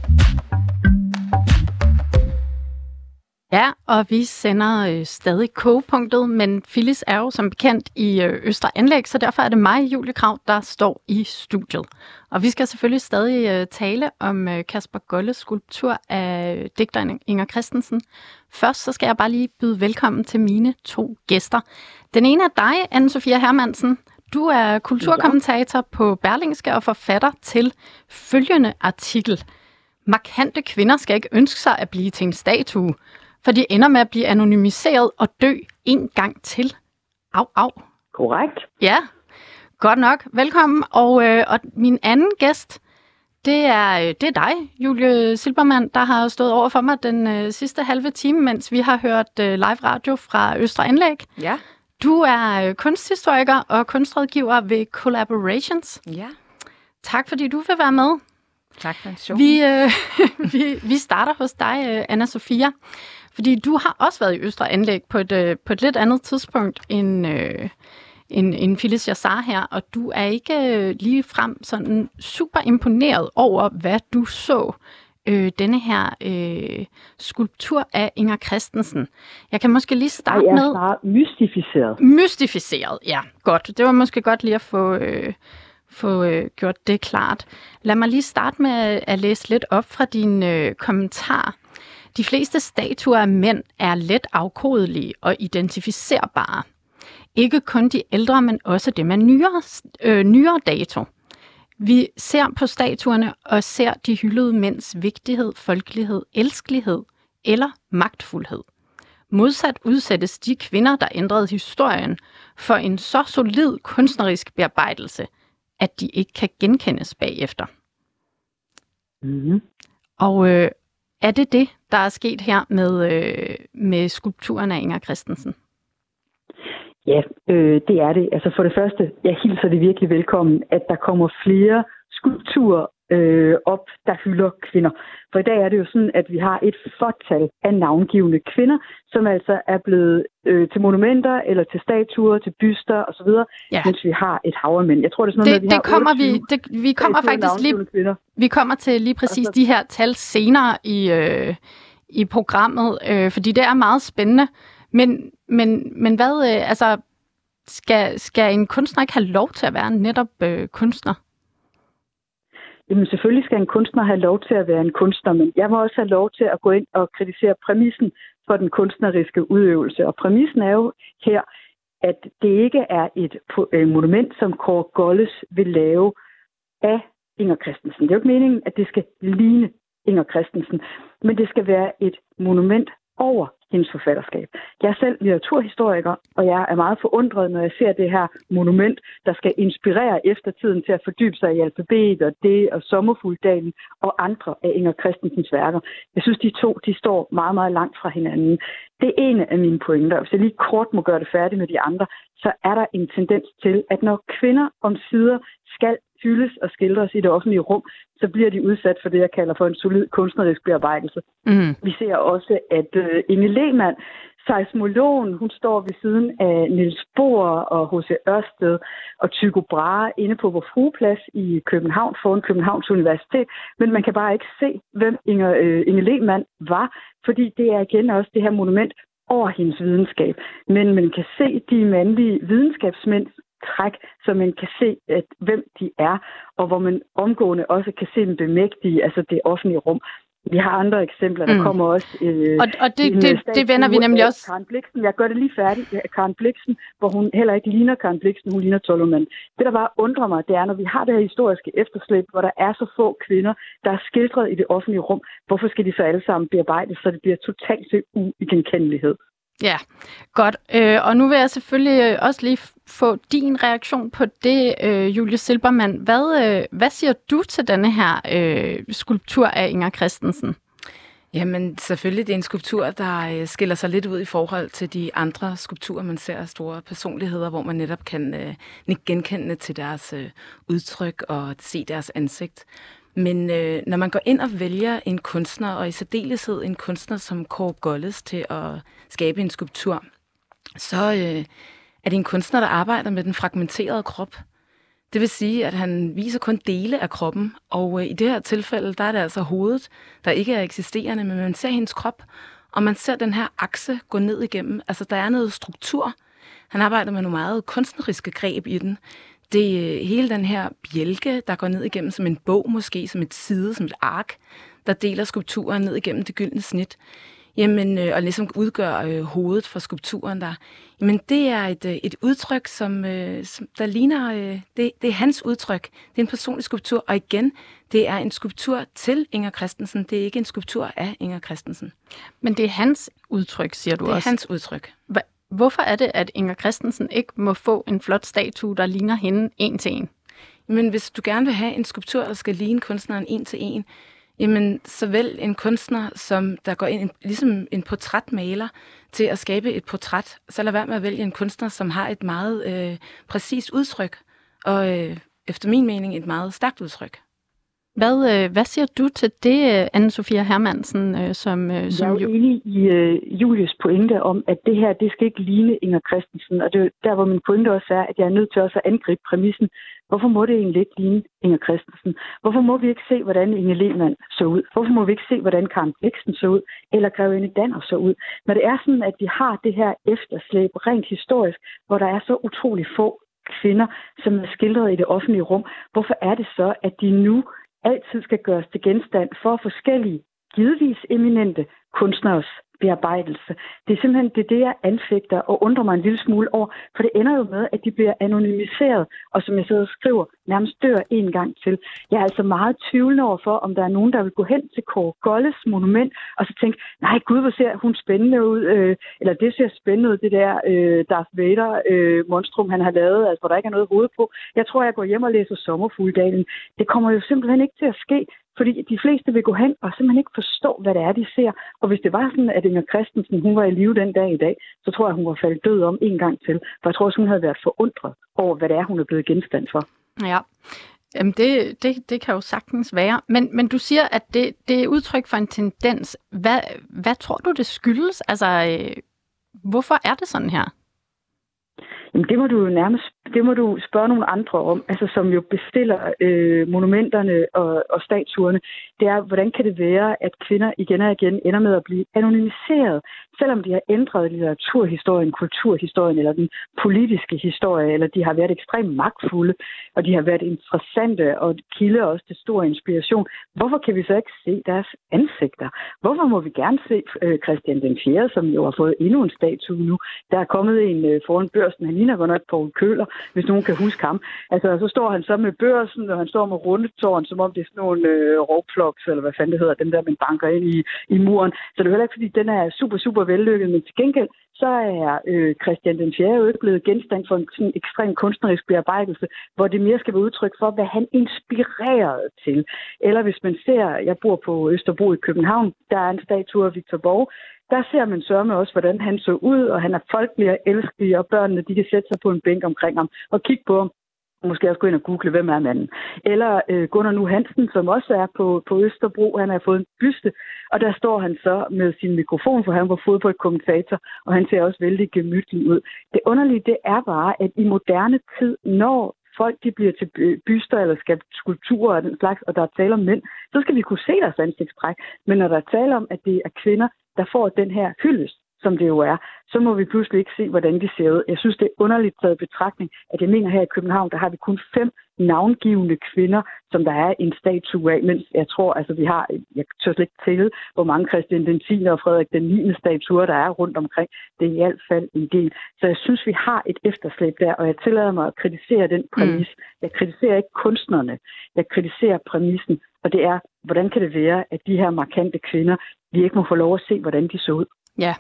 Ja, og vi sender stadig kogepunktet, men Phyllis er jo som bekendt i Østre Anlæg, så derfor er det mig, Julie Grav, der står i studiet. Og vi skal selvfølgelig stadig tale om Kasper Golles skulptur af digteren Inger Christensen. Først så skal jeg bare lige byde velkommen til mine to gæster. Den ene er dig, Anne-Sophia Hermansen. Du er kulturkommentator på Berlingske og forfatter til følgende artikel. Markante kvinder skal ikke ønske sig at blive til en statue, for de ender med at blive anonymiseret og dø en gang til. Au. Korrekt. Ja, godt nok. Velkommen. Og min anden gæst, det er dig, Julie Silbermann, der har stået over for mig den sidste halve time, mens vi har hørt live radio fra Østre Anlæg. Ja. Du er kunsthistoriker og kunstrådgiver ved Collaborations. Ja. Tak, fordi du vil være med. Tak for en show. Vi starter hos dig, Anna-Sophia. Fordi du har også været i Østre Anlæg på et lidt andet tidspunkt end Phyllis Jassar her, og du er ikke lige frem sådan super imponeret over, hvad du så denne her skulptur af Inger Christensen. Jeg kan måske lige starte med... Jeg er mystificeret. Mystificeret, ja. Godt. Det var måske godt lige at få gjort det klart. Lad mig lige starte med at læse lidt op fra din kommentar. De fleste statuer af mænd er let afkodelige og identificerbare. Ikke kun de ældre, men også dem af nyere dato. Vi ser på statuerne og ser de hyldede mænds vigtighed, folkelighed, elskelighed eller magtfuldhed. Modsat udsættes de kvinder, der ændrede historien, for en så solid kunstnerisk bearbejdelse, at de ikke kan genkendes bagefter. Mm-hmm. Og er det, der er sket her med skulpturen af Inger Christensen? Ja, det er det. Altså for det første, jeg hilser det virkelig velkommen, at der kommer flere skulpturer op, der hylder kvinder. For i dag er det jo sådan, at vi har et fåtal af navngivende kvinder, som altså er blevet til monumenter eller til statuer, til byster osv., mens vi har et hav af mænd. Jeg tror, det er sådan noget, vi kommer faktisk lige. Vi kommer til lige præcis de her tal senere i programmet, fordi det er meget spændende. Men hvad, skal en kunstner ikke have lov til at være netop kunstner? Jamen selvfølgelig skal en kunstner have lov til at være en kunstner, men jeg må også have lov til at gå ind og kritisere præmissen for den kunstneriske udøvelse. Og præmissen er jo her, at det ikke er et monument, som Kåre Golles vil lave af Inger Christensen. Det er jo ikke meningen, at det skal ligne Inger Christensen, men det skal være et monument over hendes forfatterskab. Jeg er selv litteraturhistoriker, og jeg er meget forundret, når jeg ser det her monument, der skal inspirere eftertiden til at fordybe sig i alfabet og det og Sommerfugldalen og andre af Inger Christensens værker. Jeg synes, de to står meget, meget langt fra hinanden. Det er en af mine pointer. Hvis jeg lige kort må gøre det færdigt med de andre, så er der en tendens til, at når kvinder omsider skal hyldes og skildres i det offentlige rum, så bliver de udsat for det, jeg kalder for en solid kunstnerisk bearbejdelse. Mm. Vi ser også, at Inge Lehmann, seismologen, hun står ved siden af Niels Bohr og H.C. Ørsted og Tycho Brahe inde på Vor Frue Plads i København foran Københavns Universitet, men man kan bare ikke se, hvem Inge Lehmann var, fordi det er igen også det her monument over hendes videnskab. Men man kan se de mandlige videnskabsmænds træk, så man kan se, hvem de er, og hvor man omgående også kan se dem bemægtige, altså det offentlige rum. Vi har andre eksempler, der kommer også... og det vender vi nemlig også... Karen Blixen, jeg gør det lige færdigt. Karen Blixen, hvor hun heller ikke ligner Karen Blixen, hun ligner Tollermann. Det, der bare undrer mig, det er, når vi har det her historiske efterslæb, hvor der er så få kvinder, der er skildret i det offentlige rum, hvorfor skal de så alle sammen bearbejdes, så det bliver totalt til uigenkendelighed? Ja, godt. Og nu vil jeg selvfølgelig også lige få din reaktion på det, Julie Silbermann. Hvad siger du til denne her skulptur af Inger Christensen? Jamen selvfølgelig, det er en skulptur, der skiller sig lidt ud i forhold til de andre skulpturer, man ser af store personligheder, hvor man netop kan genkende til deres udtryk og se deres ansigt. Men når man går ind og vælger en kunstner, og i særdeleshed en kunstner som Kåre Golles til at skabe en skulptur, så er det en kunstner, der arbejder med den fragmenterede krop. Det vil sige, at han viser kun dele af kroppen, og i det her tilfælde, der er det altså hovedet, der ikke er eksisterende, men man ser hendes krop, og man ser den her akse gå ned igennem. Altså, der er noget struktur. Han arbejder med nogle meget kunstneriske greb i den. Det er hele den her bjælke, der går ned igennem som en bog, måske som et side, som et ark, der deler skulpturen ned igennem det gyldne snit. Jamen, og ligesom udgør hovedet for skulpturen der. Jamen, det er et udtryk, som der ligner, det er hans udtryk. Det er en personlig skulptur, og igen, det er en skulptur til Inger Christensen. Det er ikke en skulptur af Inger Christensen. Men det er hans udtryk, siger du også? Det er hans udtryk. Hvorfor er det, at Inger Christensen ikke må få en flot statue, der ligner hende en til en? Men hvis du gerne vil have en skulptur, der skal ligne kunstneren en til en, jamen så vælg en kunstner, som der går ind, ligesom en portrætmaler, til at skabe et portræt. Så lad være med at vælge en kunstner, som har et meget præcist udtryk, og efter min mening et meget stærkt udtryk. Hvad siger du til det, Anne-Sophia Hermansen? Jeg er jo enig i Julies pointe om, at det her, det skal ikke ligne Inger Christensen. Og det er der, hvor min pointe også er, at jeg er nødt til også at angribe præmissen. Hvorfor må det egentlig ikke ligne Inger Christensen? Hvorfor må vi ikke se, hvordan Inge Lehmann så ud? Hvorfor må vi ikke se, hvordan Karen Blixen så ud? Eller Grevinde Danner så ud? Når det er sådan, at vi har det her efterslæb rent historisk, hvor der er så utrolig få kvinder, som er skildret i det offentlige rum, hvorfor er det så, at de nu altid skal gøres til genstand for forskellige, givetvis eminente kunstneres bearbejdelse. Det er simpelthen det, jeg anfægter og undrer mig en lille smule over, for det ender jo med, at de bliver anonymiseret, og som jeg sidder og skriver, nærmest dør en gang til. Jeg er altså meget tvivlende over for, om der er nogen, der vil gå hen til Kåre Golles monument, og så tænke, nej gud, hvor ser hun spændende ud, eller det ser spændende ud, det der Darth Vader monstrum, han har lavet, altså hvor der ikke er noget hoved på. Jeg tror, jeg går hjem og læser Sommerfugledalen. Det kommer jo simpelthen ikke til at ske, fordi de fleste vil gå hen og simpelthen ikke forstå, hvad det er, de ser. Og hvis det var sådan, at Inger Christensen, hun var i live den dag i dag, så tror jeg, hun var faldet død om en gang til. For jeg tror også, hun havde været forundret over, hvad det er, hun er blevet genstand for. Ja, jamen det kan jo sagtens være. Men du siger, at det er udtryk for en tendens. Hvad tror du, det skyldes? Altså, hvorfor er det sådan her? Jamen, det må du spørge nogle andre om, altså som jo bestiller monumenterne og statuerne. Det er, hvordan kan det være, at kvinder igen og igen ender med at blive anonymiseret, selvom de har ændret litteraturhistorien, kulturhistorien eller den politiske historie, eller de har været ekstremt magtfulde, og de har været interessante og kilder også til stor inspiration. Hvorfor kan vi så ikke se deres ansigter? Hvorfor må vi gerne se Christian den 4., som jo har fået endnu en statue nu? Der er kommet en foran Børsen, han ligner godt nok Poul Køller, hvis nogen kan huske ham. Altså, så står han så med Børsen, og han står med rundetårn, som om det er sådan nogle rovploks, eller hvad fanden det hedder, dem der, man banker ind i muren. Så det er heller ikke, fordi den er super, super vellykket, men til gengæld, så er Christian den 4. jo ikke blevet genstand for en sådan ekstrem kunstnerisk bearbejdelse, hvor det mere skal være udtryk for, hvad han inspirerede til. Eller hvis man ser, jeg bor på Østerbro i København, der er en statue af Victor Borge. Der ser man sørme også, hvordan han så ud, og han er folkelig og elskelig, og børnene de kan sætte sig på en bænk omkring ham og kigge på ham. Måske også gå ind og google, hvem er manden. Eller Gunnar Nu Hansen, som også er på Østerbro. Han har fået en byste, og der står han så med sin mikrofon, for han var fodboldkommentator, og han ser også vældig gemytlig ud. Det underlige, det er bare, at i moderne tid, når folk de bliver til byster eller skal skulpturer og den slags, og der er tale om mænd, så skal vi kunne se deres ansigtstræk. Men når der er tale om, at det er kvinder, der får den her hyldest, som det jo er, så må vi pludselig ikke se, hvordan de ser ud. Jeg synes, det er underligt taget betragtning, at jeg mener her i København, der har vi kun 5 navngivende kvinder, som der er en statue af, mens jeg tror, altså vi har, jeg tør slet ikke tælle, hvor mange Christian den 10. og Frederik den 9. statuer, der er rundt omkring. Det er i hvert fald en del. Så jeg synes, vi har et efterslæb der, og jeg tillader mig at kritisere den præmis. Jeg kritiserer ikke kunstnerne. Jeg kritiserer præmissen, og det er, hvordan kan det være, at de her markante kvinder, vi ikke må få lov at se, hvordan de så ud. Ja,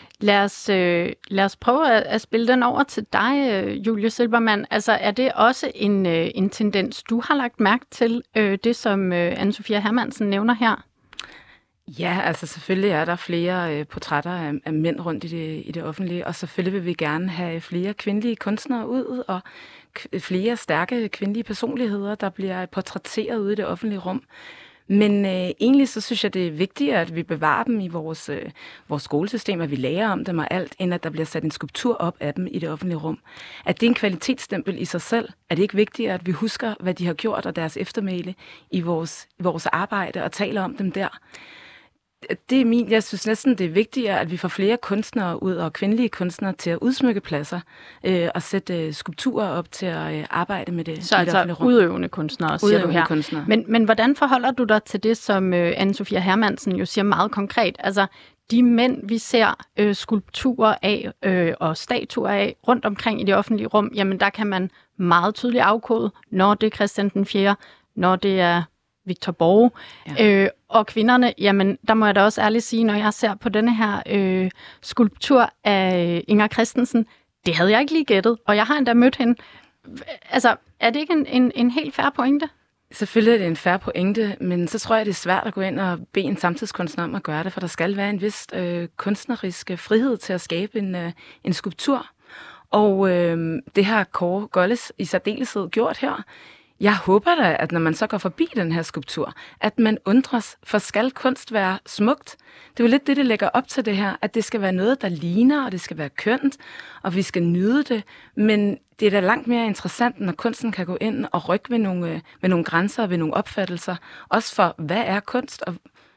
lad os prøve at spille den over til dig, Julie Silbermann. Altså, er det også en tendens, du har lagt mærke til, det som Anne-Sophia Hermansen nævner her? Ja, altså selvfølgelig er der flere portrætter af mænd rundt i det offentlige, og selvfølgelig vil vi gerne have flere kvindelige kunstnere ud, og flere stærke kvindelige personligheder, der bliver portrætteret ude i det offentlige rum. Men egentlig så synes jeg, det er vigtigt, at vi bevarer dem i vores skolesystem, at vi lærer om dem og alt, end at der bliver sat en skulptur op af dem i det offentlige rum. At det er en kvalitetsstempel i sig selv, er det ikke vigtigt, at vi husker, hvad de har gjort og deres eftermæle i vores arbejde og taler om dem der. Jeg synes næsten, det er vigtigere, at vi får flere kunstnere ud og kvindelige kunstnere til at udsmykke pladser og sætte skulpturer op til at arbejde med det. Så altså udøvende kunstnere, siger du her. Kunstnere. Men hvordan forholder du dig til det, som Anne-Sophia Hermansen jo siger meget konkret? Altså, de mænd, vi ser skulpturer af og statuer af rundt omkring i det offentlige rum, jamen der kan man meget tydeligt afkode, når det er Christian den 4., når det er Victor Borge. Ja. Og kvinderne, jamen der må jeg da også ærligt sige, når jeg ser på denne her skulptur af Inger Christensen, det havde jeg ikke lige gættet, og jeg har endda mødt hende. Altså, er det ikke en helt fair pointe? Selvfølgelig er det en fair pointe, men så tror jeg, det er svært at gå ind og bede en samtidskunstner om at gøre det, for der skal være en vis kunstnerisk frihed til at skabe en skulptur. Og det har Kåre Golles i særdeleshed gjort her. Jeg håber da, at når man så går forbi den her skulptur, at man undres, for skal kunst være smukt? Det er jo lidt det lægger op til det her, at det skal være noget, der ligner, og det skal være kønt, og vi skal nyde det. Men det er da langt mere interessant, når kunsten kan gå ind og rykke ved nogle grænser og ved nogle opfattelser. Også for, hvad er kunst, og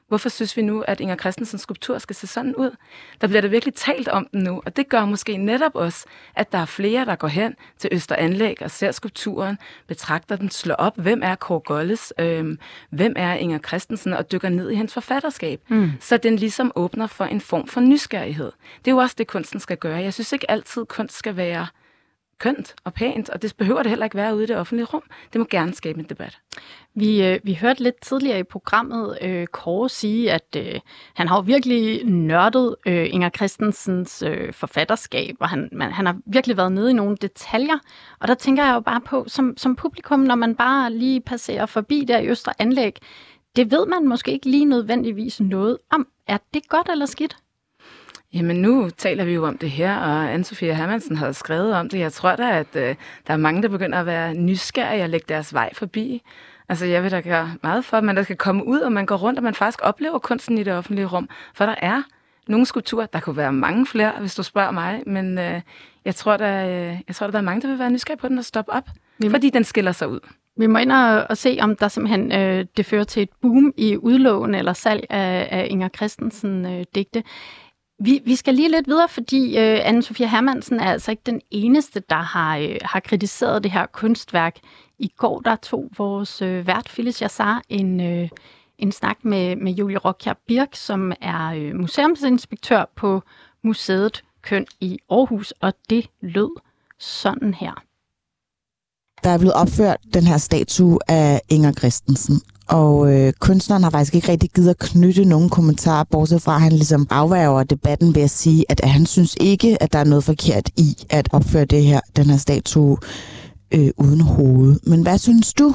Hvorfor synes vi nu, at Inger Christensens skulptur skal se sådan ud? Der bliver der virkelig talt om den nu, og det gør måske netop også, at der er flere, der går hen til Østre Anlæg og ser skulpturen, betragter den, slår op, hvem er Kåre Golles, hvem er Inger Christensen, og dykker ned i hendes forfatterskab. Så den ligesom åbner for en form for nysgerrighed. Det er jo også det, kunsten skal gøre. Jeg synes ikke altid, kunst skal være kønt og pænt, og det behøver det heller ikke være ude i det offentlige rum. Det må gerne skabe en debat. Vi hørte lidt tidligere i programmet Kåre sige, at han har jo virkelig nørdet Inger Christensens forfatterskab, og han har virkelig været nede i nogle detaljer. Og der tænker jeg jo bare på, som publikum, når man bare lige passerer forbi der i Østre Anlæg, det ved man måske ikke lige nødvendigvis noget om. Er det godt eller skidt? Jamen nu taler vi jo om det her, og Anne-Sophie Hermansen har skrevet om det. Jeg tror da, at der er mange, der begynder at være nysgerrige og lægge deres vej forbi. Altså jeg vil da gøre meget for, at man der skal komme ud, og man går rundt, og man faktisk oplever kunsten i det offentlige rum. For der er nogle skulpturer, der kunne være mange flere, hvis du spørger mig, men jeg tror, der er mange, der vil være nysgerrige på den og stoppe op, fordi den skiller sig ud. Vi må ind og se, om der simpelthen det fører til et boom i udlån eller salg af Inger Christensen digte. Vi skal lige lidt videre, fordi Anne-Sophie Hermansen er altså ikke den eneste, der har kritiseret det her kunstværk. I går der tog vores vært Phyllis Jassar en snak med Julie Rockjær Birk, som er museumsinspektør på Museet Køn i Aarhus, og det lød sådan her. Der er blevet opført den her statue af Inger Christensen, og kunstneren har faktisk ikke rigtig givet at knytte nogen kommentarer, bortset fra, at han ligesom afværger debatten ved at sige, at han synes ikke, at der er noget forkert i at opføre den her statue uden hoved. Men hvad synes du?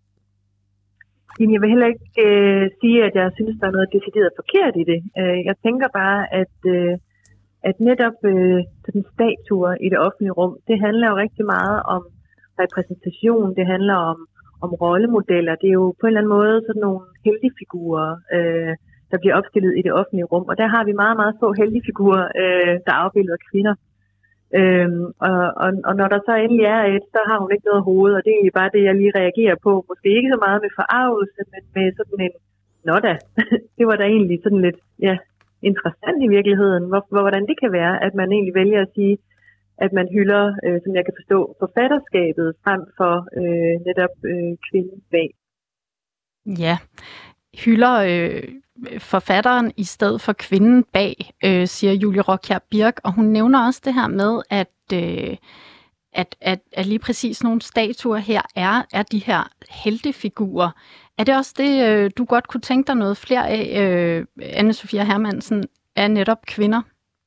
Jeg vil heller ikke sige, at jeg synes, der er noget decideret forkert i det. Jeg tænker bare, at netop sådan statuer i det offentlige rum, det handler jo rigtig meget om repræsentation, det handler om rollemodeller. Det er jo på en eller anden måde sådan nogle heltefigurer, der bliver opstillet i det offentlige rum. Og der har vi meget, meget få heltefigurer, der afbilder kvinder. Og når der så endelig er et, så har hun ikke noget hoved, og det er egentlig bare det, jeg lige reagerer på. Måske ikke så meget med forarvelse, men med sådan en, nå da, det var da egentlig sådan lidt interessant i virkeligheden, hvordan det kan være, at man egentlig vælger at sige, at man hylder, som jeg kan forstå, forfatterskabet frem for netop kvinden bag. Ja, hylder forfatteren i stedet for kvinden bag, siger Julie Rockjær Birk, og hun nævner også det her med, at lige præcis nogle statuer her er de her heltefigurer. Er det også det, du godt kunne tænke dig noget flere af, Anne-Sophie Hermansen, er netop kvinder?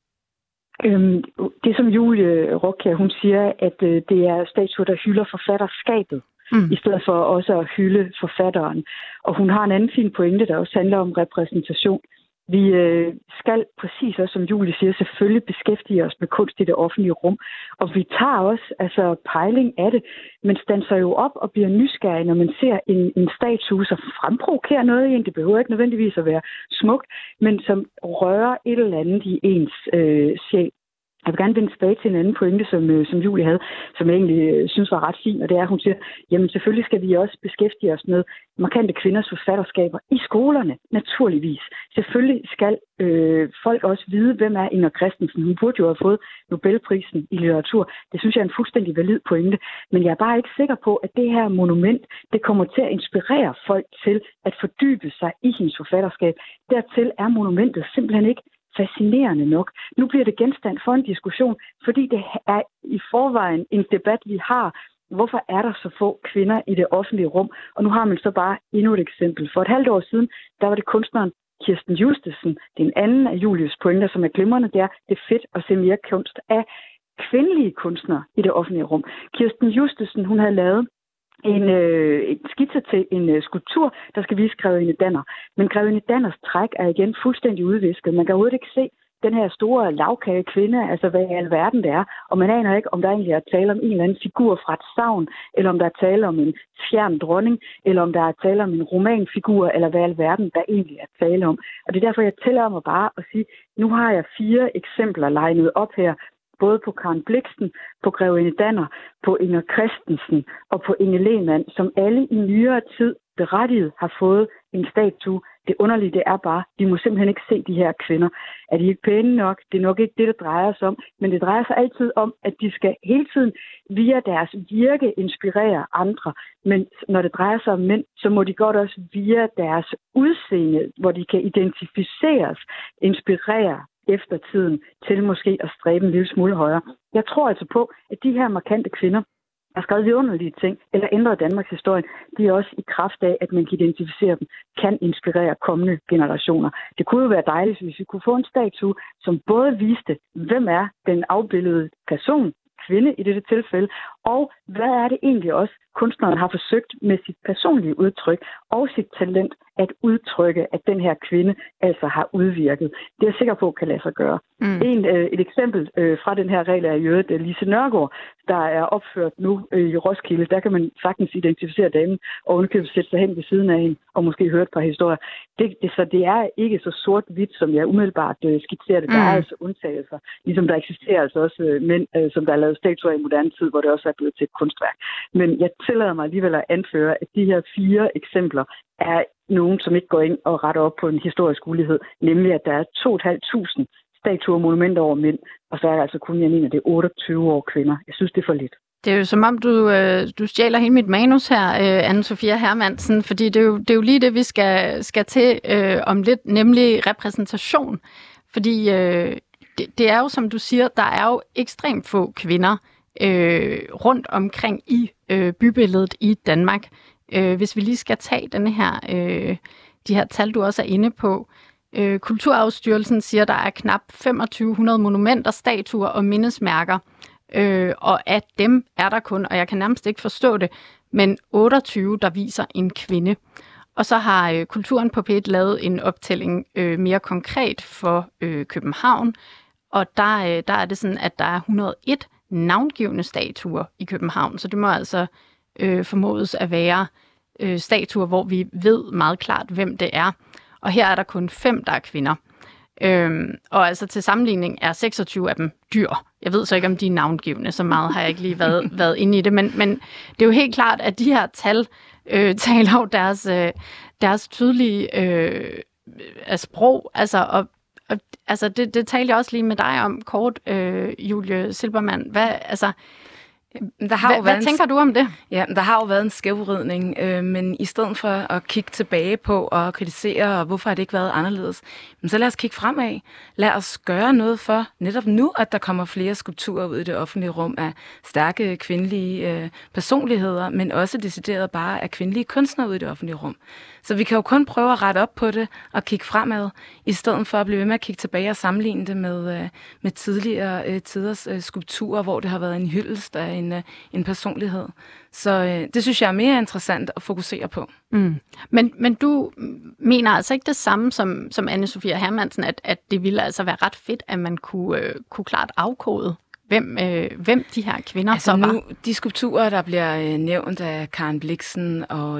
Det som Julie Rockjær, hun siger, at det er statuer, der hylder forfatterskabet, i stedet for også at hylde forfatteren. Og hun har en anden fin pointe, der også handler om repræsentation. Vi skal, præcis også som Julie siger, selvfølgelig beskæftige os med kunst i det offentlige rum. Og vi tager også pejling af det, men standser jo op og bliver nysgerrig, når man ser en statue, som fremprovokerer noget i en. Det behøver ikke nødvendigvis at være smukt, men som rører et eller andet i ens sjæl. Jeg vil gerne vende tilbage til en anden pointe, som Julie havde, som jeg egentlig synes var ret fin, og det er, at hun siger, jamen selvfølgelig skal vi også beskæftige os med markante kvinders forfatterskaber i skolerne, naturligvis. Selvfølgelig skal folk også vide, hvem er Inger Christensen. Hun burde jo have fået Nobelprisen i litteratur. Det synes jeg er en fuldstændig valid pointe, men jeg er bare ikke sikker på, at det her monument, det kommer til at inspirere folk til at fordybe sig i hendes forfatterskab. Dertil er monumentet simpelthen ikke fascinerende nok. Nu bliver det genstand for en diskussion, fordi det er i forvejen en debat, vi har. Hvorfor er der så få kvinder i det offentlige rum? Og nu har man så bare endnu et eksempel. For et halvt år siden, der var det kunstneren Kirsten Justesen. Det er en anden af Julies pointer, som er glimrende. Det er fedt at se mere kunst af kvindelige kunstnere i det offentlige rum. Kirsten Justesen, hun havde lavet en skitse til en skulptur, der skal vise Grevinde Danner. Men Grevinde Danners træk er igen fuldstændig udvisket. Man kan overhovedet ikke se den her store lavkage kvinde, altså hvad i alverden det er. Og man aner ikke, om der egentlig er tale om en eller anden figur fra et sagn, eller om der er tale om en fjern dronning, eller om der er tale om en romanfigur, eller hvad i alverden der egentlig er tale om. Og det er derfor, jeg tillader mig bare at sige, nu har jeg 4 eksempler legnet op her, både på Karen Blixen, på Grevinde Danner, på Inger Christensen og på Inge Lehmann, som alle i nyere tid berettiget har fået en statue Det underlige, det er bare, de må simpelthen ikke se de her kvinder. Er de ikke pæne nok? Det er nok ikke det drejer sig om. Men det drejer sig altid om, at de skal hele tiden via deres virke inspirere andre. Men når det drejer sig om mænd, så må de godt også via deres udseende, hvor de kan identificeres, inspirere efter tiden til måske at stræbe en lille smule højere. Jeg tror altså på, at de her markante kvinder, der har skrevet vidunderlige ting, eller ændret Danmarks historie, de er også i kraft af, at man kan identificere dem, kan inspirere kommende generationer. Det kunne jo være dejligt, hvis vi kunne få en statue, som både viste, hvem er den afbildede person, kvinde i dette tilfælde, og hvad er det egentlig også, kunstneren har forsøgt med sit personlige udtryk og sit talent at udtrykke, at den her kvinde altså har udvirket. Det er jeg sikker på, kan lade sig gøre. Et eksempel fra den her regel er i øvrigt Lise Nørgaard, der er opført nu i Roskilde. Der kan man sagtens identificere damen og underkøbet sætte sig hen ved siden af hende og måske høre et par historier. Så det er ikke så sort-hvidt, som jeg umiddelbart skitserer det. Der er altså undtagelser. Ligesom der eksisterer altså også mænd, som der er lavet statuer i moderne tid, hvor det også er blevet til et kunstværk. Men jeg tillader mig alligevel at anføre, at de her 4 eksempler er nogen, som ikke går ind og retter op på en historisk ulighed, nemlig at der er 2.500 statuer og monumenter over mænd, og så er der altså kun, jeg mener, det er 28 år kvinder. Jeg synes, det er for lidt. Det er jo som om, du stjæler hele mit manus her, Anne-Sophia Hermansen, fordi det er jo lige det, vi skal til om lidt, nemlig repræsentation. Fordi det er jo, som du siger, der er jo ekstremt få kvinder rundt omkring i bybilledet i Danmark. Hvis vi lige skal tage de her tal, du også er inde på. Kulturarvsstyrelsen siger, der er knap 2500 monumenter, statuer og mindesmærker. Og af dem er der kun, og jeg kan nærmest ikke forstå det, men 28, der viser en kvinde. Og så har Kulturen på P1 lavet en optælling mere konkret for København. Og der er det sådan, at der er 101 navngivne statuer i København. Så det må altså formodes at være statuer, hvor vi ved meget klart, hvem det er. Og her er der kun 5, der er kvinder. Og altså til sammenligning er 26 af dem dyr. Jeg ved så ikke, om de er navngivne, så meget har jeg ikke lige været inde i det. Men det er jo helt klart, at de her tal taler jo deres tydelige sprog. Altså, det talte jeg også lige med dig om kort, Julie Silbermann. Hvad tænker du om det? Ja, der har jo været en skævvridning, men i stedet for at kigge tilbage på og kritisere, og hvorfor har det ikke været anderledes, så lad os kigge fremad. Lad os gøre noget for netop nu, at der kommer flere skulpturer ud i det offentlige rum af stærke kvindelige personligheder, men også decideret bare af kvindelige kunstnere ud i det offentlige rum. Så vi kan jo kun prøve at rette op på det og kigge fremad, i stedet for at blive ved med at kigge tilbage og sammenligne det med tidligere tiders skulpturer, hvor det har været en hyldest af en personlighed. Så det synes jeg er mere interessant at fokusere på. Men du mener altså ikke det samme som Anne-Sophia Hermansen, at det ville altså være ret fedt, at man kunne klart afkode, hvem de her kvinder så var? Nu, de skulpturer, der bliver nævnt af Karen Blixen og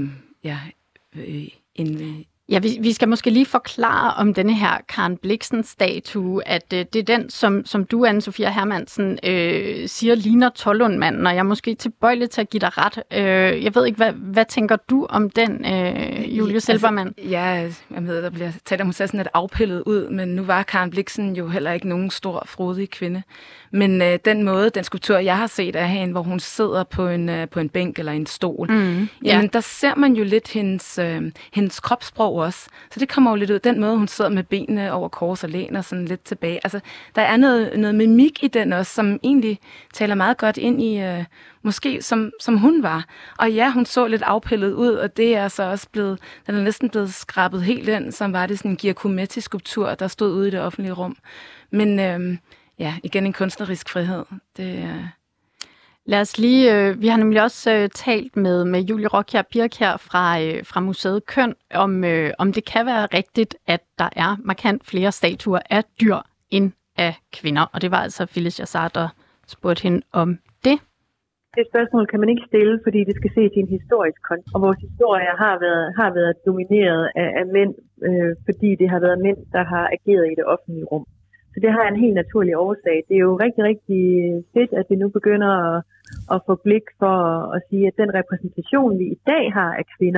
Ja, vi skal måske lige forklare om denne her Karen Blixen-statue, at det er den, som du, Anne-Sophia Hermansen, siger ligner Tollundmanden, og jeg er måske tilbøjelig til at give dig ret. Jeg ved ikke, hvad tænker du om den, Julie Silbermann? Jeg ved, der bliver talt om, hun ser sådan lidt afpillet ud, men nu var Karen Blixen jo heller ikke nogen stor, frodig kvinde. Men den skulptur, jeg har set af hende, hvor hun sidder på en bænk eller en stol, jamen der ser man jo lidt hendes kropssprog også. Så det kommer jo lidt ud. Den måde, hun sidder med benene over kors og læner sådan lidt tilbage. Altså, der er noget mimik i den også, som egentlig taler meget godt ind i, måske som hun var. Og ja, hun så lidt afpillet ud, og det er så også den er næsten blevet skrabet helt ind, som var det sådan en Giacometti-skulptur, der stod ude i det offentlige rum. Men igen en kunstnerisk frihed. Lad os lige, vi har nemlig også talt med Julie Rockjær Birk her fra Museet Køn, om det kan være rigtigt, at der er markant flere statuer af dyr end af kvinder. Og det var altså Phyllis Jassar, der spurgte hende om det. Det spørgsmål kan man ikke stille, fordi det skal ses i en historisk kontekst. Og vores historie har været domineret af mænd, fordi det har været mænd, der har ageret i det offentlige rum. Så det har en helt naturlig årsag. Det er jo rigtig, rigtig fedt, at vi nu begynder at få blik for at sige, at den repræsentation, vi i dag har af kvinder,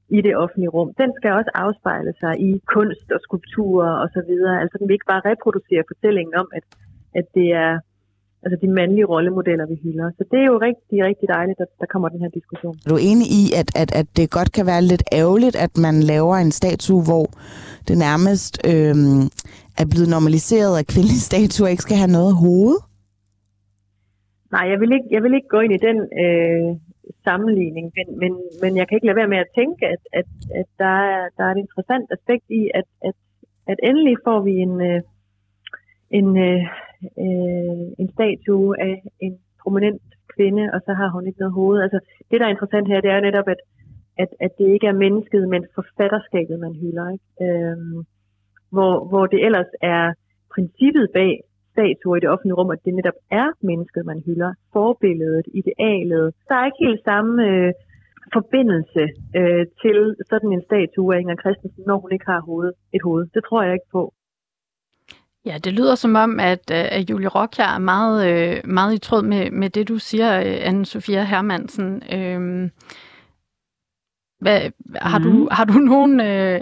i det offentlige rum, den skal også afspejle sig i kunst og skulpturer og så videre. Altså den vil ikke bare reproducere fortællingen om, at det er altså de mandlige rollemodeller, vi hylder. Så det er jo rigtig, rigtig dejligt, at der kommer den her diskussion. Er du enig i, at det godt kan være lidt ærgerligt, at man laver en statue, hvor det nærmest er blevet normaliseret, at kvindelige statuer ikke skal have noget hoved? Nej, jeg vil ikke gå ind i den sammenligning, men jeg kan ikke lade være med at tænke, at der er et interessant aspekt i, at endelig får vi en statue af en prominent kvinde, og så har hun ikke noget hoved. Altså, det, der er interessant her, det er netop, at det ikke er mennesket, men forfatterskabet, man hylder. Ikke? Hvor det ellers er princippet bag statuer i det offentlige rum, at det netop er mennesket, man hylder. Forbilledet, idealet. Der er ikke helt samme forbindelse til sådan en statue af Inger Christensen, når hun ikke har et hoved. Det tror jeg ikke på. Ja, det lyder som om, at Julie Raakjær er meget i tråd med det, du siger, Anne-Sophia Hermansen. Har du nogen,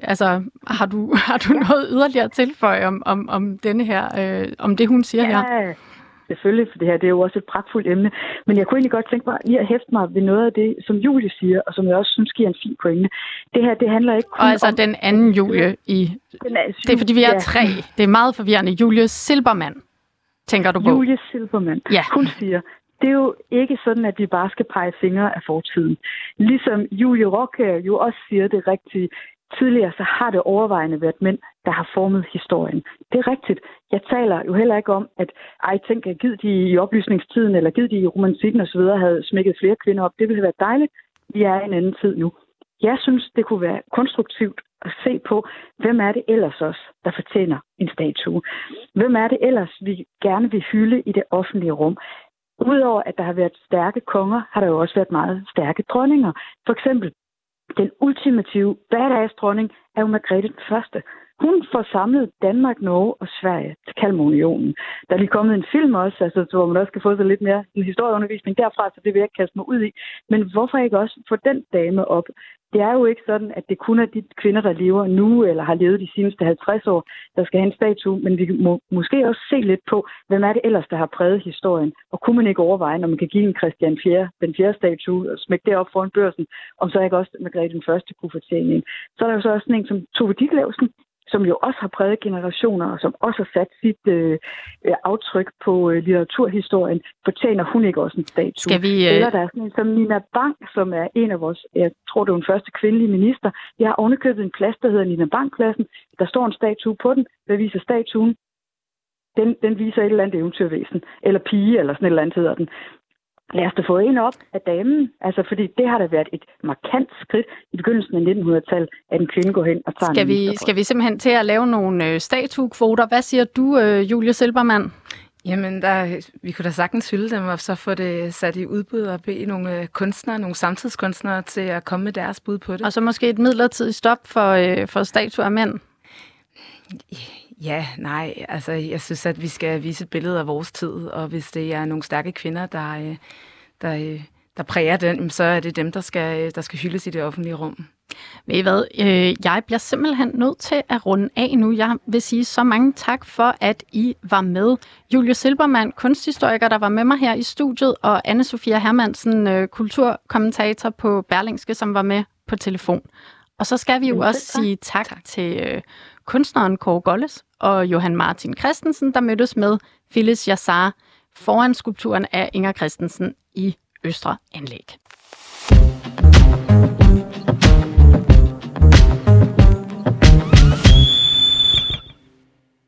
har du noget yderligere at tilføje om denne her, om det hun siger her? Ja, selvfølgelig, for det her det er jo også et pragtfuldt emne. Men jeg kunne egentlig godt tænke mig lige at hæfte mig ved noget af det, som Julie siger, og som jeg også synes giver en fin pointe. Det her, det handler ikke kun og altså om den anden Julie det er fordi vi er tre. Det er meget forvirrende. Julie Silbermann, tænker du på? Julie Silbermann. Ja. Hun siger, det er jo ikke sådan, at vi bare skal pege fingre af fortiden. Ligesom Julie Raakjær jo også siger det rigtigt. Tidligere så har det overvejende været mænd, der har formet historien. Det er rigtigt. Jeg taler jo heller ikke om, at tænk, at givet de i oplysningstiden, eller givet de i romantikken osv. havde smækket flere kvinder op. Det ville have været dejligt. Vi er i en anden tid nu. Jeg synes, det kunne være konstruktivt at se på, hvem er det ellers også, der fortjener en statue. Hvem er det ellers, vi gerne vil hylde i det offentlige rum. Udover at der har været stærke konger, har der jo også været meget stærke dronninger. For eksempel, den ultimative badass-dronning er jo Margrethe den Første. Hun får samlet Danmark, Norge og Sverige til Kalmarunionen. Der er lige kommet en film også, altså, hvor man også skal få sig lidt mere en historieundervisning derfra, så det vil jeg ikke kaste mig ud i. Men hvorfor ikke også få den dame op? Det er jo ikke sådan, at det kun er de kvinder, der lever nu, eller har levet de seneste 50 år, der skal have en statue, men vi må måske også se lidt på, hvem er det ellers, der har præget historien. Og kunne man ikke overveje, når man kan give en Christian 4., den 4. statue, og smække det op foran børsen, om så ikke også Margrethe den Første kunne fortjene en. Så er der jo så også sådan en som Tove Ditlevsen, som jo også har præget generationer, og som også har sat sit aftryk på litteraturhistorien, fortjener hun ikke også en statue? Eller der er sådan en som Nina Bang, som er en af vores, jeg tror det er den første kvindelige minister. Jeg har ovenikøbet en plads, der hedder Nina Bang-pladsen. Der står en statue på den. Hvad viser statuen? Den viser et eller andet eventyrvæsen, eller pige, eller sådan et eller andet hedder den. Lad os da få en op af damen, altså fordi det har da været et markant skridt i begyndelsen af 1900-tallet, at en kvinde går hen og tager Skal vi simpelthen til at lave nogle statuekvoter? Hvad siger du, Julie Silbermann? Jamen, vi kunne da sagtens hylde dem, og så få det sat i udbud og bede nogle kunstnere, nogle samtidskunstnere til at komme med deres bud på det. Og så måske et midlertidigt stop for statuer af mænd? Ja, nej, altså jeg synes, at vi skal vise et billede af vores tid, og hvis det er nogle stærke kvinder, der præger den, så er det dem, der skal hyldes i det offentlige rum. Ved I hvad? Jeg bliver simpelthen nødt til at runde af nu. Jeg vil sige så mange tak for, at I var med. Julie Silbermann, kunsthistoriker, der var med mig her i studiet, og Anne-Sophia Hermansen, kulturkommentator på Berlingske, som var med på telefon. Og så skal vi jo også sige tak til kunstneren Kåre Golles og Johan Martin Christensen, der mødtes med Phyllis Jassar foran skulpturen af Inger Christensen i Østre Anlæg.